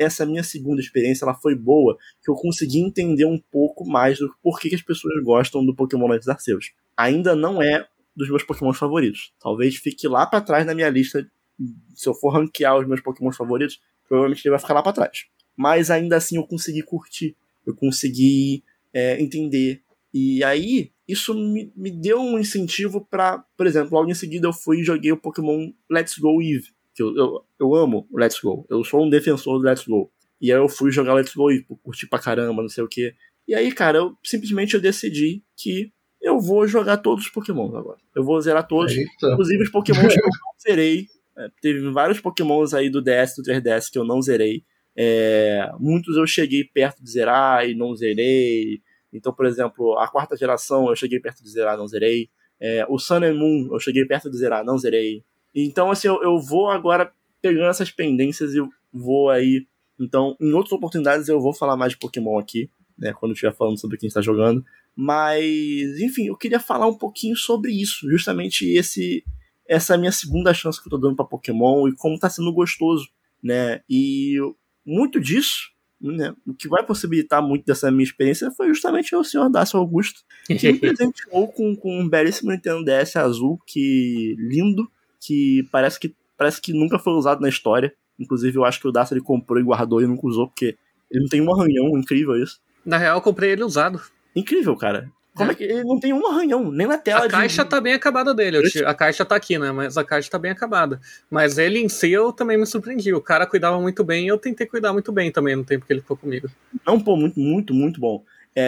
essa minha segunda experiência ela foi boa, que eu consegui entender um pouco mais do porquê que as pessoas gostam do Pokémon Let's Arceus. Ainda não é dos meus Pokémons favoritos. Talvez fique lá pra trás na minha lista. Se eu for ranquear os meus Pokémons favoritos, provavelmente ele vai ficar lá pra trás. Mas ainda assim eu consegui curtir. Eu consegui entender. E aí, isso me deu um incentivo pra... Por exemplo, logo em seguida eu fui e joguei o Pokémon Let's Go Eevee. Que eu amo o Let's Go. Eu sou um defensor do Let's Go. E aí eu fui jogar Let's Go Eevee, curti pra caramba, não sei o quê. E aí, cara, eu decidi que eu vou jogar todos os Pokémons agora. Eu vou zerar todos. Eita. Inclusive os Pokémons que eu não zerei. Teve vários Pokémons aí do DS, do 3DS que eu não zerei. Muitos eu cheguei perto de zerar e não zerei. Então, por exemplo, a 4ª geração eu cheguei perto de zerar, não zerei. O Sun and Moon eu cheguei perto de zerar, não zerei. Então, assim, eu vou agora pegando essas pendências e vou aí... Então, em outras oportunidades eu vou falar mais de Pokémon aqui, né, quando eu estiver falando sobre quem está jogando. Mas, enfim, eu queria falar um pouquinho sobre isso, justamente essa minha segunda chance que eu tô dando pra Pokémon e como tá sendo gostoso, né? E muito disso, né, o que vai possibilitar muito dessa minha experiência foi justamente o senhor Dácio Augusto, que me presenteou com um belíssimo Nintendo DS azul, que lindo, que parece que nunca foi usado na história. Inclusive, eu acho que o Dácio ele comprou e guardou e nunca usou, porque ele não tem um arranhão, incrível isso. Na real, eu comprei ele usado. Incrível, cara. Como é que ele não tem um arranhão, nem na tela. A caixa tá bem acabada dele. A caixa tá aqui, né? Mas a caixa tá bem acabada. Mas ele em si eu também me surpreendi. O cara cuidava muito bem e eu tentei cuidar muito bem também no tempo que ele ficou comigo. Não, pô, muito, muito, muito bom.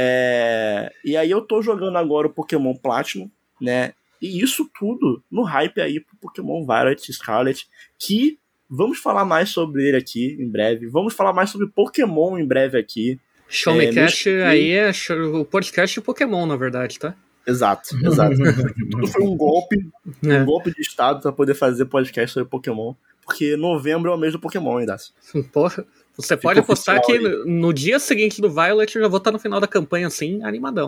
E aí eu tô jogando agora o Pokémon Platinum, né? E isso tudo no hype aí pro Pokémon Violet e Scarlet, que vamos falar mais sobre ele aqui em breve. Vamos falar mais sobre Pokémon em breve aqui. Show Me Cash aí é o podcast de Pokémon, na verdade, tá? Exato. Tudo foi um golpe de estado pra poder fazer podcast sobre Pokémon, porque novembro é o mês do Pokémon, hein, Dácio? Porra, você pode apostar que no dia seguinte do Violet eu já vou estar no final da campanha, assim, animadão.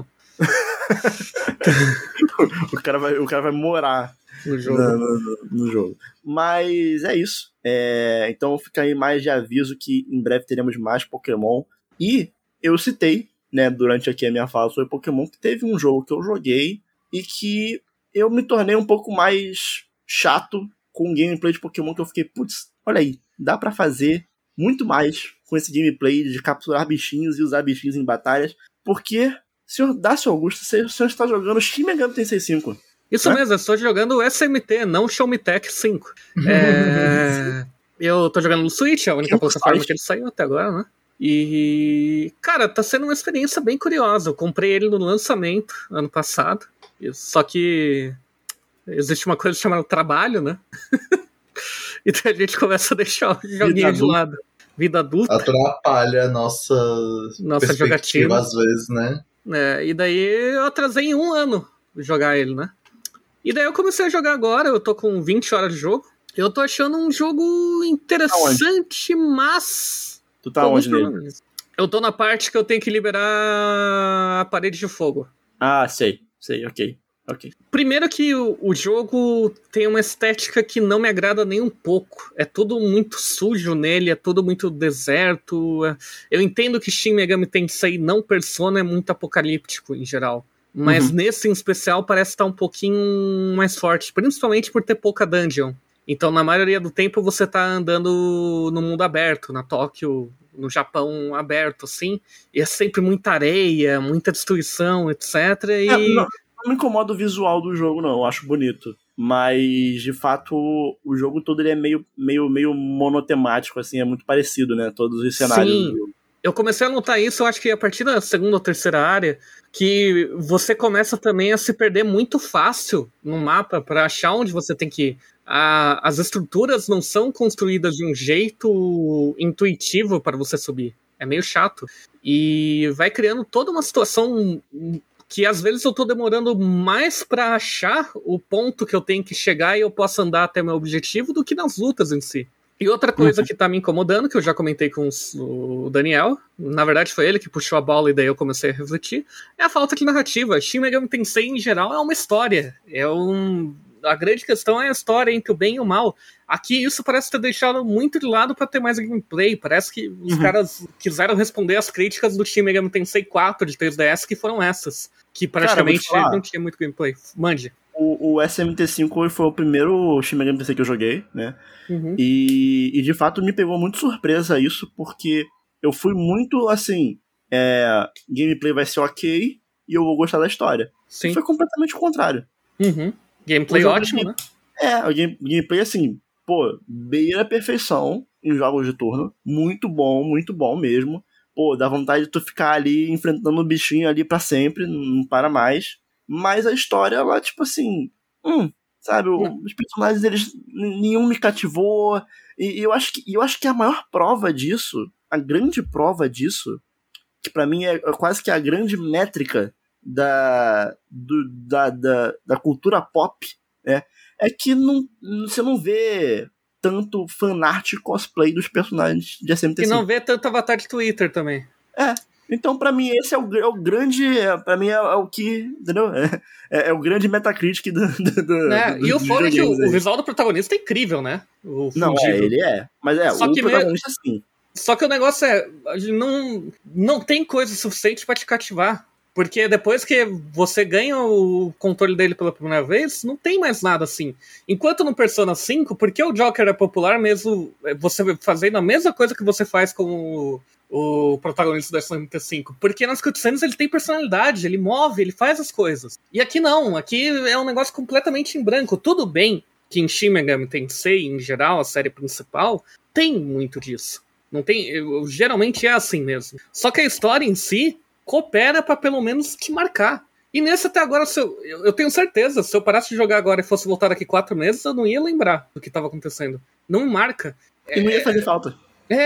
o cara vai morar no jogo. No jogo. Mas é isso. Então fica aí mais de aviso que em breve teremos mais Pokémon. E eu citei, né, durante aqui a minha fala sobre Pokémon, que teve um jogo que eu joguei e que eu me tornei um pouco mais chato com o gameplay de Pokémon, que eu fiquei, putz, olha aí, dá pra fazer muito mais com esse gameplay de capturar bichinhos e usar bichinhos em batalhas, porque, senhor Dácio Augusto, o senhor está jogando Shin Megami Tensei 5. Isso mesmo, eu estou jogando o SMT, não Show Me Tech 5. Eu tô jogando no Switch, a única plataforma que ele saiu até agora, né? E, cara, tá sendo uma experiência bem curiosa. Eu comprei ele no lançamento, ano passado. Só que existe uma coisa chamada trabalho, né? Então a gente começa a deixar o joguinho de lado. Vida adulta. Atrapalha a nossa jogatina. Às vezes, né? E daí eu atrasei em 1 ano jogar ele, né? E daí eu comecei a jogar agora, eu tô com 20 horas de jogo. Eu tô achando um jogo interessante, mas... Tu tá onde nele? Eu tô na parte que eu tenho que liberar a parede de fogo. Ah, sei, ok. Primeiro que o jogo tem uma estética que não me agrada nem um pouco. É tudo muito sujo nele, é tudo muito deserto. Eu entendo que Shin Megami Tensei não Persona é muito apocalíptico em geral. Mas nesse em especial parece estar um pouquinho mais forte, principalmente por ter pouca dungeon. Então, na maioria do tempo, você tá andando no mundo aberto, na Tóquio, no Japão aberto, assim, e é sempre muita areia, muita destruição, etc. Não me incomoda o visual do jogo, não, eu acho bonito. Mas, de fato, o jogo todo ele é meio monotemático, assim, é muito parecido, né? Todos os cenários do jogo. Eu comecei a notar isso, eu acho que a partir da segunda ou terceira área, que você começa também a se perder muito fácil no mapa para achar onde você tem que ir. As estruturas não são construídas de um jeito intuitivo para você subir. É meio chato. E vai criando toda uma situação que às vezes eu tô demorando mais para achar o ponto que eu tenho que chegar e eu posso andar até meu objetivo do que nas lutas em si. E outra coisa que tá me incomodando, que eu já comentei com o Daniel, na verdade foi ele que puxou a bola e daí eu comecei a refletir, é a falta de narrativa. Shin Megami Tensei, em geral, é uma história. a grande questão é a história entre o bem e o mal. Aqui isso parece ter deixado muito de lado pra ter mais gameplay. Parece que os caras quiseram responder às críticas do Shin Megami Tensei 4 de 3DS, que foram essas. Que praticamente não tinha muito gameplay. Mande. O SMT5 foi o primeiro Shin Megami Tensei que eu joguei, né? E de fato me pegou muito surpresa isso, porque eu fui muito assim, gameplay vai ser ok e eu vou gostar da história. Sim. Foi completamente o contrário. Gameplay ótimo, né? O gameplay assim, pô, beira a perfeição em jogos de turno. Muito bom mesmo. Pô, dá vontade de tu ficar ali enfrentando o bichinho ali pra sempre, não para mais. Mas a história, ela, tipo assim, sabe, os personagens, eles, nenhum me cativou. E eu acho que a maior prova disso, a grande prova disso, que pra mim é quase que a grande métrica da cultura pop, né, é que você não vê tanto fanart e cosplay dos personagens de SMT5. E não vê tanto avatar de Twitter também. Então, pra mim, esse é o grande. Pra mim, é o que. Entendeu? É o grande Metacritic do e o foda é que o visual do protagonista é incrível, né? Não, ele é. Mas o protagonista sim. Só que o negócio não tem coisa suficiente pra te cativar. Porque depois que você ganha o controle dele pela primeira vez, não tem mais nada assim. Enquanto no Persona 5, porque o Joker é popular mesmo, você fazendo a mesma coisa que você faz com o protagonista da SMT5. Porque nas cutscenes ele tem personalidade, ele move, ele faz as coisas. E aqui não, aqui é um negócio completamente em branco. Tudo bem que em Shin Megami Tensei, em geral, a série principal, tem muito disso. Não tem, geralmente é assim mesmo. Só que a história em si coopera pra pelo menos te marcar. E nesse até agora, eu tenho certeza, se eu parasse de jogar agora e fosse voltar daqui 4 meses, eu não ia lembrar do que estava acontecendo. Não me marca. E não ia fazer falta.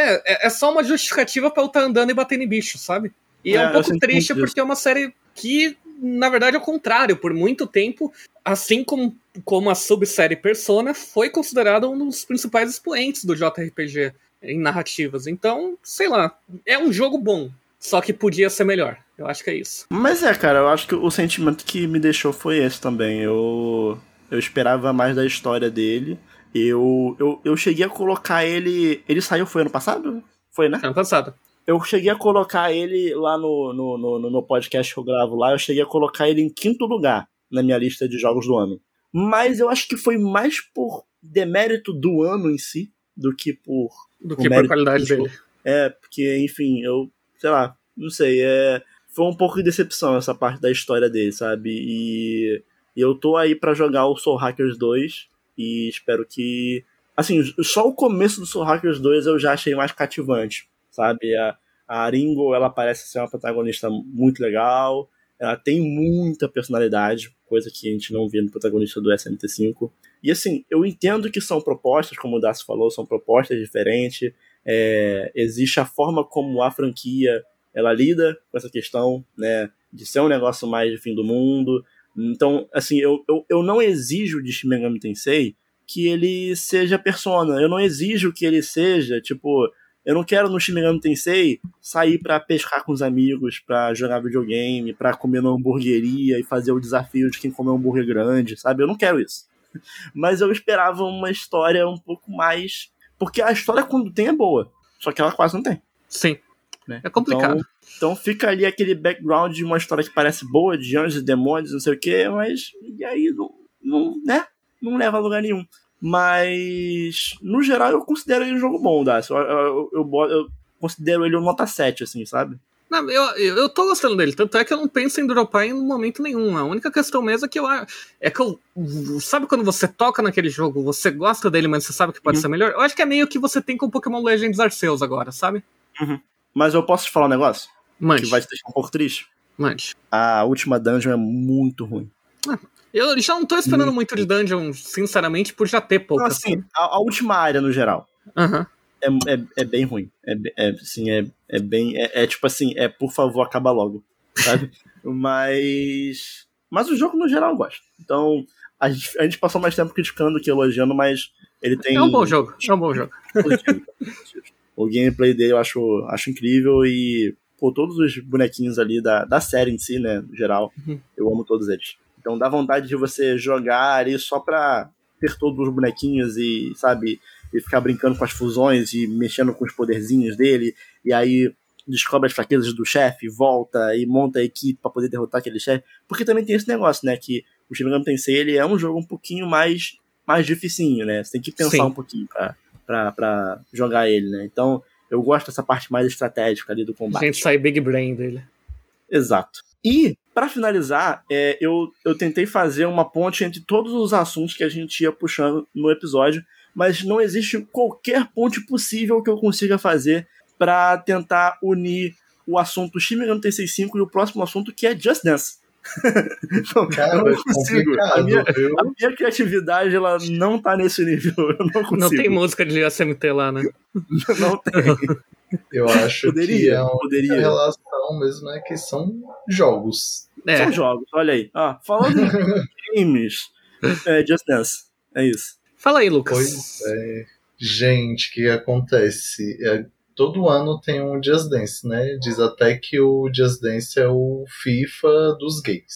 É só uma justificativa pra eu estar andando e batendo em bicho, sabe? E é um pouco triste porque é uma série que, na verdade, é o contrário. Por muito tempo, assim como a subsérie Persona, foi considerada um dos principais expoentes do JRPG em narrativas. Então, sei lá, é um jogo bom. Só que podia ser melhor. Eu acho que é isso. Mas cara, eu acho que o sentimento que me deixou foi esse também. Eu esperava mais da história dele. Eu cheguei a colocar ele... Ele saiu, foi ano passado? Foi, né? Ano passado. Eu cheguei a colocar ele lá no podcast que eu gravo lá. Eu cheguei a colocar ele em 5º lugar na minha lista de jogos do ano. Mas eu acho que foi mais por demérito do ano em si do que por qualidade dele. Porque, enfim, sei lá, não sei, foi um pouco de decepção essa parte da história dele, sabe? E eu tô aí pra jogar o Soul Hackers 2 e espero que... Assim, só o começo do Soul Hackers 2 eu já achei mais cativante, sabe? A Ringo, ela parece ser uma protagonista muito legal, ela tem muita personalidade, coisa que a gente não vê no protagonista do SMT5. E assim, eu entendo que são propostas, como o Darcy falou, são propostas diferentes. Existe a forma como a franquia ela lida com essa questão, né, de ser um negócio mais de fim do mundo. Então, assim, eu não exijo de Shin Megami Tensei que ele seja Persona. Eu não exijo que ele seja, tipo... Eu não quero no Shin Megami Tensei sair pra pescar com os amigos, pra jogar videogame, pra comer numa hamburgueria e fazer o desafio de quem come um hambúrguer grande, sabe? Eu não quero isso. Mas eu esperava uma história um pouco mais... Porque a história, quando tem, é boa. Só que ela quase não tem. Sim. Né? É complicado. Então fica ali aquele background de uma história que parece boa, de anjos e demônios, não sei o quê, mas... E aí, né? Não leva a lugar nenhum. Mas, no geral, eu considero ele um jogo bom, Dácio. Eu considero ele um nota 7, assim, sabe? Não, eu tô gostando dele, tanto é que eu não penso em dropar em momento nenhum. A única questão mesmo é que eu sabe quando você toca naquele jogo, você gosta dele, mas você sabe que pode ser melhor? Eu acho que é meio que você tem com Pokémon Legends Arceus agora, sabe? Mas eu posso te falar um negócio? Mande. Que vai te deixar um pouco triste? Mande. A última dungeon é muito ruim. Eu já não tô esperando muito de dungeon, sinceramente, por já ter pouco. Não, assim, a última área, no geral, é bem ruim. É bem... tipo assim, por favor, acaba logo, sabe? Mas o jogo, no geral, eu gosto. Então, a gente passou mais tempo criticando que elogiando, mas ele tem... É um bom jogo. O gameplay dele eu acho incrível e... Pô, todos os bonequinhos ali da série em si, né, no geral, eu amo todos eles. Então dá vontade de você jogar ali só pra ter todos os bonequinhos e, sabe, e ficar brincando com as fusões e mexendo com os poderzinhos dele, e aí descobre as fraquezas do chefe, volta e monta a equipe pra poder derrotar aquele chefe. Porque também tem esse negócio, né, que o Shin Megami Tensei, ele é um jogo um pouquinho mais dificinho, né? Você tem que pensar um pouquinho pra jogar ele, né? Então, eu gosto dessa parte mais estratégica ali do combate. A gente sai Big Brain dele. Exato. E, pra finalizar, eu tentei fazer uma ponte entre todos os assuntos que a gente ia puxando no episódio, mas não existe qualquer ponte possível que eu consiga fazer pra tentar unir o assunto Shin Megami Tensei 5 e o próximo assunto, que é Just Dance. Então, cara, eu não consigo. A minha criatividade, ela não tá nesse nível. Eu não consigo. Não tem música de SMT lá, né? Não tem. Eu acho que é uma poderia. relação mesmo, né? Que são jogos. São jogos, olha aí. Falando em games, Just Dance. É isso. Fala aí, Lucas. Pois é. Gente, o que acontece? Todo ano tem um Just Dance, né? Diz até que o Just Dance é o FIFA dos gays.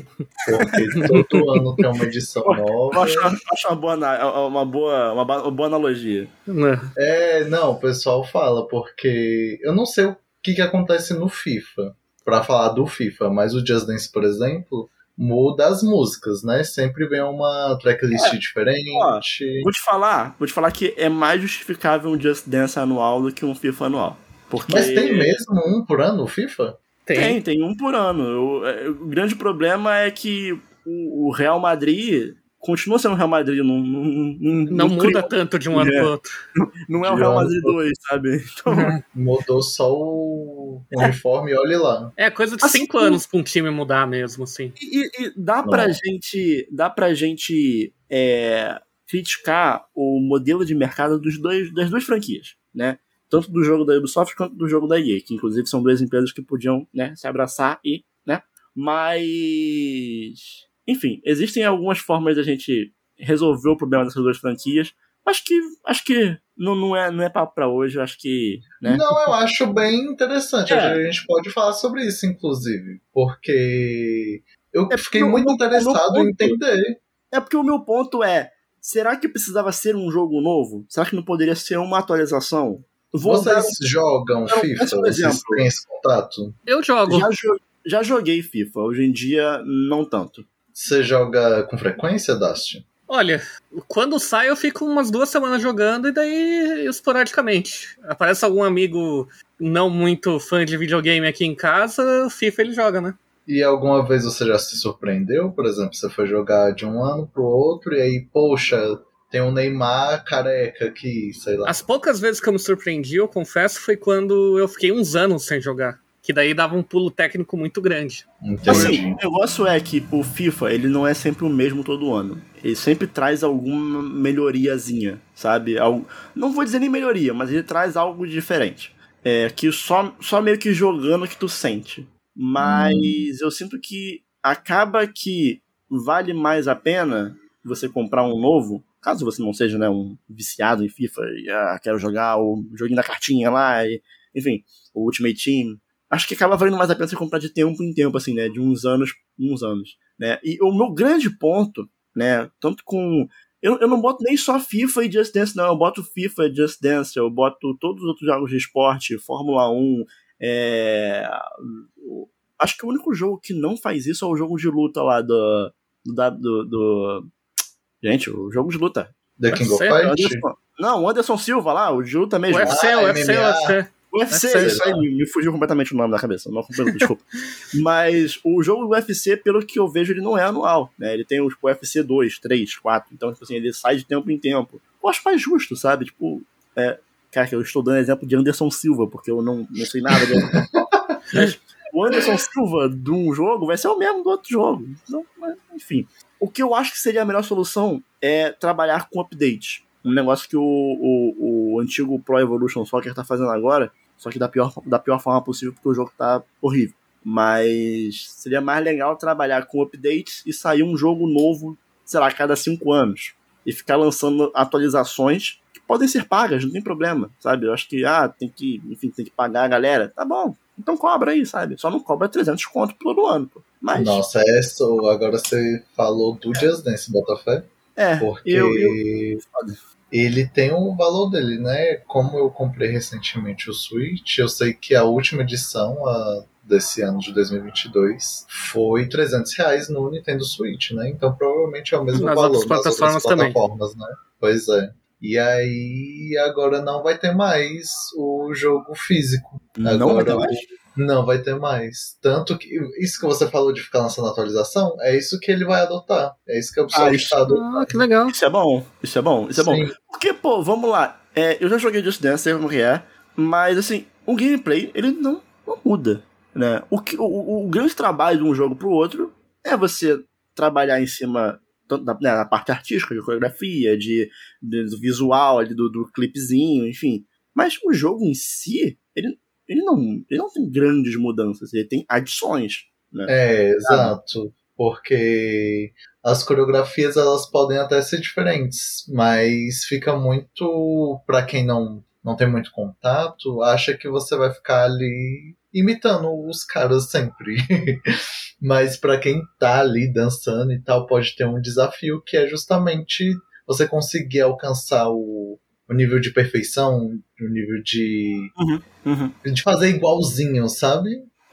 Porque todo ano tem uma edição nova. Acho uma boa analogia. Não, o pessoal fala, porque eu não sei o que acontece no FIFA, pra falar do FIFA, mas o Just Dance, por exemplo, muda as músicas, né? Sempre vem uma tracklist diferente. Vou te falar que é mais justificável um Just Dance anual do que um FIFA anual. Porque... Mas tem mesmo um por ano, o FIFA? Tem um por ano. O grande problema é que o Real Madrid continua sendo o Real Madrid. Não muda tanto de um ano pro outro. Não é o Real Madrid 2, sabe? Então... Mudou só o uniforme e olha lá. É coisa de 5 anos pra um time mudar mesmo, assim. E dá pra gente criticar o modelo de mercado das duas franquias, né? Tanto do jogo da Ubisoft quanto do jogo da EA, que inclusive são duas empresas que podiam, né, se abraçar e, né? Mas... Enfim, existem algumas formas da gente resolver o problema dessas duas franquias. Acho que não é papo pra hoje, acho que... Né? Não, eu acho bem interessante. A gente pode falar sobre isso, inclusive. Porque eu fiquei muito interessado em entender. É porque o meu ponto é, será que precisava ser um jogo novo? Será que não poderia ser uma atualização? Vocês jogam FIFA? Vocês têm esse contato? Eu jogo. Já joguei FIFA, hoje em dia não tanto. Você joga com frequência, Dustin? Olha, quando sai eu fico umas 2 semanas jogando e daí esporadicamente. Aparece algum amigo não muito fã de videogame aqui em casa, FIFA ele joga, né? E alguma vez você já se surpreendeu? Por exemplo, você foi jogar de um ano pro outro e aí, poxa, tem um Neymar careca aqui, sei lá. As poucas vezes que eu me surpreendi, eu confesso, foi quando eu fiquei uns anos sem jogar. Que daí dava um pulo técnico muito grande. Assim, o negócio é que o FIFA, ele não é sempre o mesmo todo ano. Ele sempre traz alguma melhoriazinha, sabe? Não vou dizer nem melhoria, mas ele traz algo diferente. Que só meio que jogando que tu sente. Mas eu sinto que acaba que vale mais a pena você comprar um novo, caso você não seja, né, um viciado em FIFA e quero jogar o joguinho da cartinha lá, enfim, o Ultimate Team. Acho que acaba valendo mais a pena você comprar de tempo em tempo, assim, né? De uns anos, né? E o meu grande ponto, né? Tanto com... Eu não boto nem só FIFA e Just Dance, não. Eu boto FIFA e Just Dance, eu boto todos os outros jogos de esporte, Fórmula 1. Acho que o único jogo que não faz isso é o jogo de luta lá do... Gente, o jogo de luta. The King of Fight? Não, o Anderson Silva lá, o de luta mesmo. UFC, isso aí me fugiu completamente o nome da cabeça, não acompanho, desculpa. Mas o jogo do UFC, pelo que eu vejo, ele não é anual, né? Ele tem os UFC 2, 3, 4, então, tipo assim, ele sai de tempo em tempo. Eu acho mais justo, sabe? Tipo, cara, eu estou dando exemplo de Anderson Silva, porque eu não sei nada dele. Mas o Anderson Silva de um jogo vai ser o mesmo do outro jogo. Então, enfim. O que eu acho que seria a melhor solução é trabalhar com update. Um negócio que o antigo Pro Evolution Soccer tá fazendo agora, só que da pior forma possível, porque o jogo tá horrível. Mas seria mais legal trabalhar com updates e sair um jogo novo, sei lá, a cada 5 anos. E ficar lançando atualizações que podem ser pagas, não tem problema, sabe? Eu acho que, tem que pagar a galera. Tá bom, então cobra aí, sabe? Só não cobra 300 conto todo ano, pô. Mas... Nossa, agora você falou do Just Dance, Botafé. Porque ele tem o valor dele, né? Como eu comprei recentemente o Switch, eu sei que a última edição desse ano de 2022 foi R$300 no Nintendo Switch, né? Então provavelmente é o mesmo valor nas outras plataformas, né? Pois é. E aí agora não vai ter mais o jogo físico. Não vai ter mais? Não vai ter mais. Tanto que isso que você falou de ficar lançando atualização, é isso que ele vai adotar. É isso que a Ubisoft está adotando. Ah, que legal. Isso é bom. Porque, pô, vamos lá. Eu já joguei Just Dance, sei como que é, mas, assim, o gameplay, ele não muda, né? O grande trabalho de um jogo pro outro é você trabalhar em cima tanto da parte artística, de coreografia, do visual, do clipezinho, enfim. Mas o jogo em si, ele não tem grandes mudanças, ele tem adições, né? Exato. Porque as coreografias elas podem até ser diferentes, mas fica muito, pra quem não tem muito contato, acha que você vai ficar ali imitando os caras sempre. Mas pra quem tá ali dançando e tal, pode ter um desafio que é justamente você conseguir alcançar o nível de perfeição, o nível de fazer igualzinho, sabe?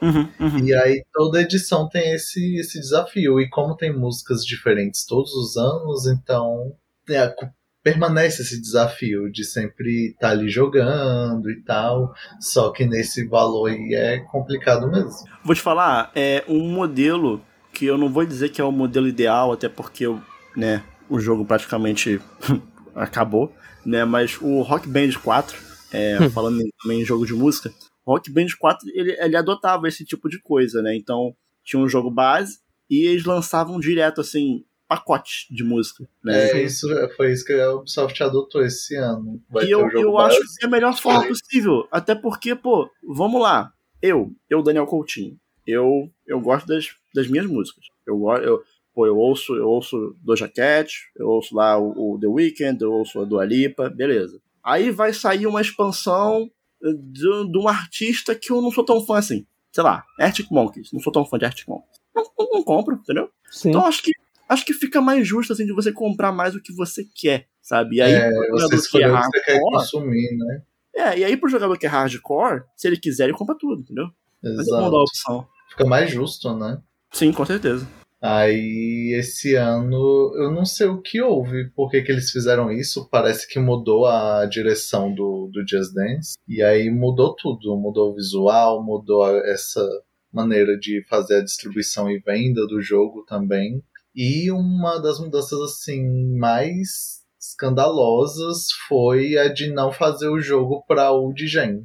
E aí toda edição tem esse desafio. E como tem músicas diferentes todos os anos, então permanece esse desafio de sempre estar ali jogando e tal. Só que nesse valor aí é complicado mesmo. Vou te falar, é um modelo que eu não vou dizer que é o modelo ideal, até porque o jogo praticamente acabou, né? Mas o Rock Band 4, falando também em jogo de música, o Rock Band 4 ele adotava esse tipo de coisa, né? Então tinha um jogo base e eles lançavam direto, assim, pacote de música, né? Foi isso que a Ubisoft adotou esse ano. Eu acho que é a melhor forma possível, até porque, pô, vamos lá, eu Daniel Coutinho, eu gosto das minhas músicas, eu ouço Doja Cat, eu ouço lá o The Weeknd, eu ouço a Dua Lipa, beleza. Aí vai sair uma expansão de um artista que eu não sou tão fã assim, sei lá, Arctic Monkeys, não sou tão fã de Arctic Monkeys, não compro, entendeu? Sim. Então acho que fica mais justo, assim, de você comprar mais o que você quer, sabe? E aí, você escolhe o que você quer consumir, né? E aí pro jogador que é hardcore, se ele quiser, ele compra tudo, entendeu? Exato. Mas é bom dar a opção. Fica mais justo, né? Sim, com certeza. Aí, esse ano, eu não sei o que houve, por que eles fizeram isso, parece que mudou a direção do Just Dance, e aí mudou tudo, mudou o visual, mudou essa maneira de fazer a distribuição e venda do jogo também, e uma das mudanças, assim, mais escandalosas foi a de não fazer o jogo pra old gen.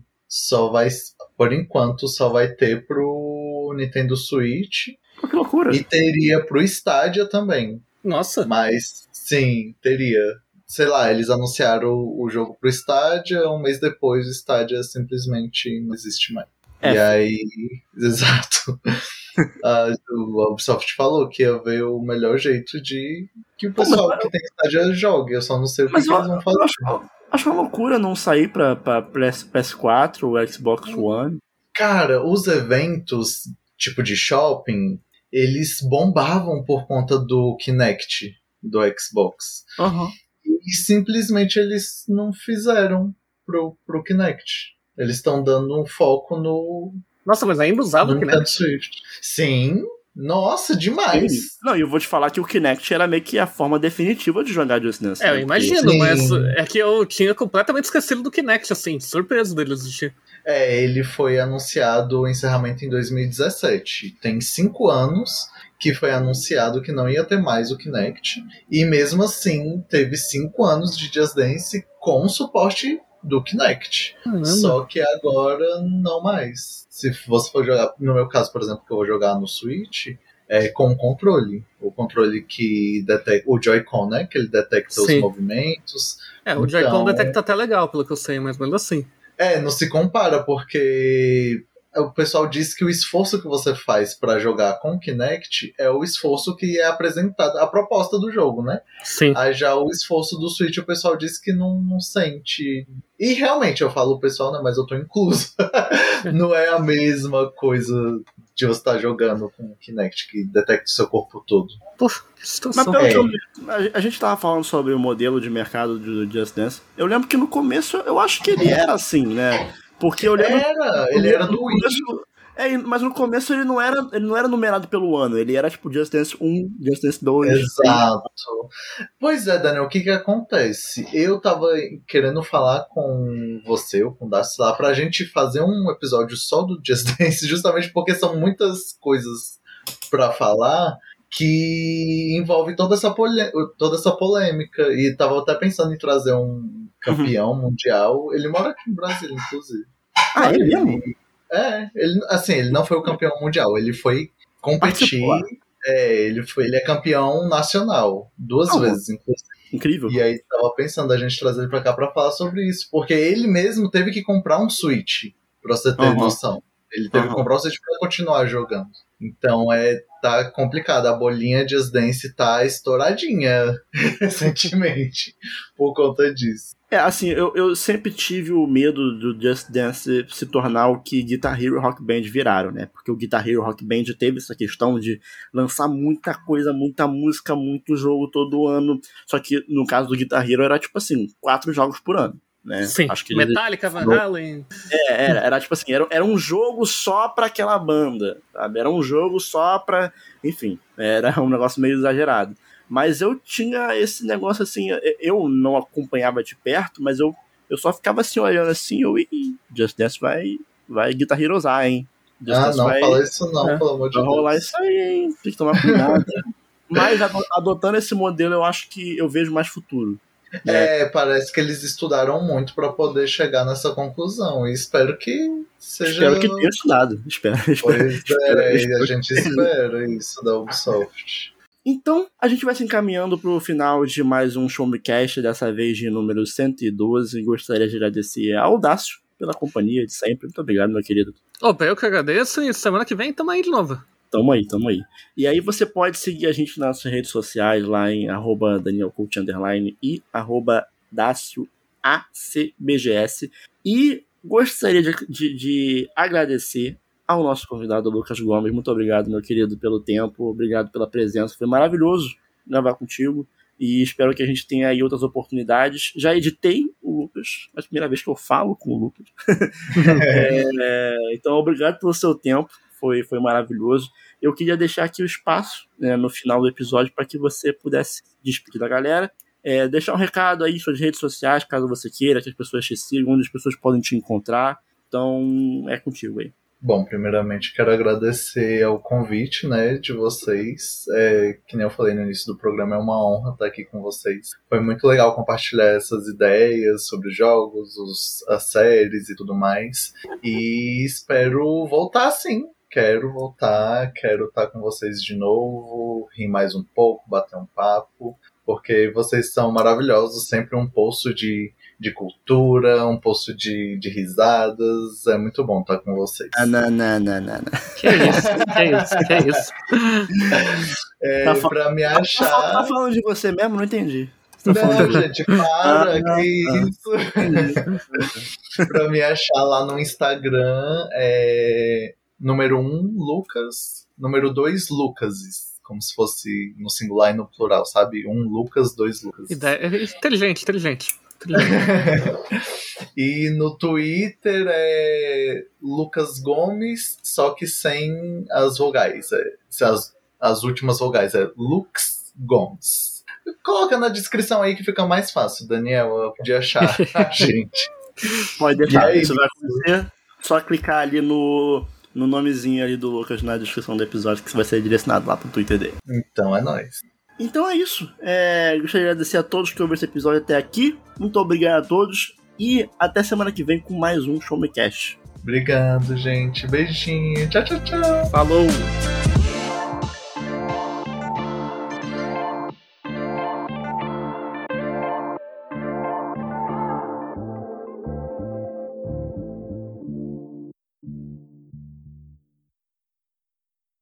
Por enquanto, só vai ter pro Nintendo Switch. Que loucura. E teria pro Stadia também. Nossa. Mas, sim, teria. Sei lá, eles anunciaram o jogo pro Stadia, um mês depois o Stadia simplesmente não existe mais. E aí, exato. A Ubisoft falou que ia ver o melhor jeito de que o pessoal que tem Stadia jogue. Eu só não sei o que eles vão fazer. Acho uma loucura não sair pra PS4 ou Xbox One. Cara, os eventos tipo de shopping, eles bombavam por conta do Kinect do Xbox. E simplesmente eles não fizeram pro Kinect. Eles estão dando um foco no... Nossa, mas ainda usava o Kinect? Swift. Sim, nossa, demais. Sim. Não, e eu vou te falar que o Kinect era meio que a forma definitiva de jogar Just Dance. Eu imagino, mas é que eu tinha completamente esquecido do Kinect, assim, surpreso dele existir. Ele foi anunciado o encerramento em 2017. Tem 5 anos que foi anunciado que não ia ter mais o Kinect. E mesmo assim, teve 5 anos de Just Dance com suporte do Kinect. Caramba. Só que agora não mais. Se você for jogar, no meu caso, por exemplo, que eu vou jogar no Switch, com o controle. O controle que detecta, o Joy-Con, né? Que ele detecta os movimentos. O Joy-Con detecta até legal, pelo que eu sei, mas mesmo assim. Não se compara, porque o pessoal diz que o esforço que você faz pra jogar com o Kinect é o esforço que é apresentado, a proposta do jogo, né? Sim. Aí já o esforço do Switch, o pessoal diz que não sente. E realmente, eu falo o pessoal, né? Mas eu tô incluso. Não é a mesma coisa de você estar jogando com o Kinect, que detecta o seu corpo todo. Poxa, que situação. Mas pelo que a gente tava falando sobre o modelo de mercado do Just Dance. Eu lembro que no começo eu acho que ele era assim, né? Porque eu lembro. Ele era do Wii. Mas no começo ele não era numerado pelo ano, ele era tipo Just Dance 1, Just Dance 2. Exato. Pois é, Daniel, o que acontece? Eu tava querendo falar com você, ou com o Darcy lá, pra gente fazer um episódio só do Just Dance, justamente porque são muitas coisas pra falar que envolve toda essa polêmica. E tava até pensando em trazer um campeão mundial. Ele mora aqui no Brasil, inclusive. Ah, ele mesmo? Ele não foi o campeão mundial, ele foi competir. Ele é campeão nacional, 2 vezes, inclusive. Incrível. E aí tava pensando a gente trazer ele pra cá pra falar sobre isso, porque ele mesmo teve que comprar um Switch, pra você ter noção. Ele teve que comprar um Switch pra continuar jogando. Então tá complicado, a bolinha de Just Dance tá estouradinha recentemente por conta disso. Assim, eu sempre tive o medo do Just Dance se tornar o que Guitar Hero e Rock Band viraram, né? Porque o Guitar Hero e Rock Band teve essa questão de lançar muita coisa, muita música, muito jogo todo ano. Só que no caso do Guitar Hero era tipo assim, 4 jogos por ano, né? Sim, acho que Metallica, Van Halen. Era tipo assim, era um jogo só pra aquela banda, sabe? Era um jogo só pra... Enfim, era um negócio meio exagerado. Mas eu tinha esse negócio assim, eu não acompanhava de perto, mas eu só ficava assim, olhando assim, Just Dance vai Guitar Hero'sar, hein? Just Dance fala isso não, pelo amor de Deus. Vai rolar isso aí, hein? Tem que tomar cuidado. Mas adotando esse modelo, eu acho que eu vejo mais futuro. Parece que eles estudaram muito pra poder chegar nessa conclusão, e espero que seja... Espero que tenha estudado. A gente espera isso da Ubisoft. Então, a gente vai se encaminhando pro final de mais um Showmecast, dessa vez de número 112. Gostaria de agradecer ao Dácio pela companhia de sempre. Muito obrigado, meu querido. Opa, eu que agradeço, e semana que vem tamo aí de novo. Tamo aí. E aí você pode seguir a gente nas nossas redes sociais, lá em @DanielCoach_ e @DacioACBGS. E gostaria de agradecer ao nosso convidado Lucas Gomes. Muito obrigado, meu querido, pelo tempo, obrigado pela presença, foi maravilhoso gravar contigo e espero que a gente tenha aí outras oportunidades. Já editei o Lucas, é a primeira vez que eu falo com o Lucas. Então obrigado pelo seu tempo, foi maravilhoso. Eu queria deixar aqui o espaço, né, no final do episódio, para que você pudesse despedir da galera, deixar um recado aí, suas redes sociais, caso você queira que as pessoas te sigam, onde as pessoas podem te encontrar. Então é contigo aí. Bom, primeiramente quero agradecer ao convite, né, de vocês. Que nem eu falei no início do programa, é uma honra estar aqui com vocês. Foi muito legal compartilhar essas ideias sobre jogos, as séries e tudo mais. E espero voltar sim. Quero voltar, quero estar com vocês de novo, rir mais um pouco, bater um papo, porque vocês são maravilhosos, sempre um poço de cultura, um poço de risadas. É muito bom estar com vocês. Não. Que isso? Pra me achar... Tá falando de você mesmo? Não entendi. Não, gente, para, que isso? Pra me achar lá no Instagram, número 1, Lucas, número 2, Lucases. Como se fosse no singular e no plural, sabe? 1 Lucas, 2 Lucas. Inteligente. E no Twitter é Lucas Gomes, só que sem as vogais. As últimas vogais é Lux Gomes. Coloca na descrição aí que fica mais fácil, Daniel. Eu podia achar a gente. Pode deixar, isso vai acontecer. Só clicar ali no nomezinho ali do Lucas na descrição do episódio, que vai ser direcionado lá pro Twitter dele. Então é nóis. Então é isso. Gostaria de agradecer a todos que ouviram esse episódio até aqui. Muito obrigado a todos. E até semana que vem com mais um Showmecast. Obrigado, gente. Beijinho. Tchau. Falou!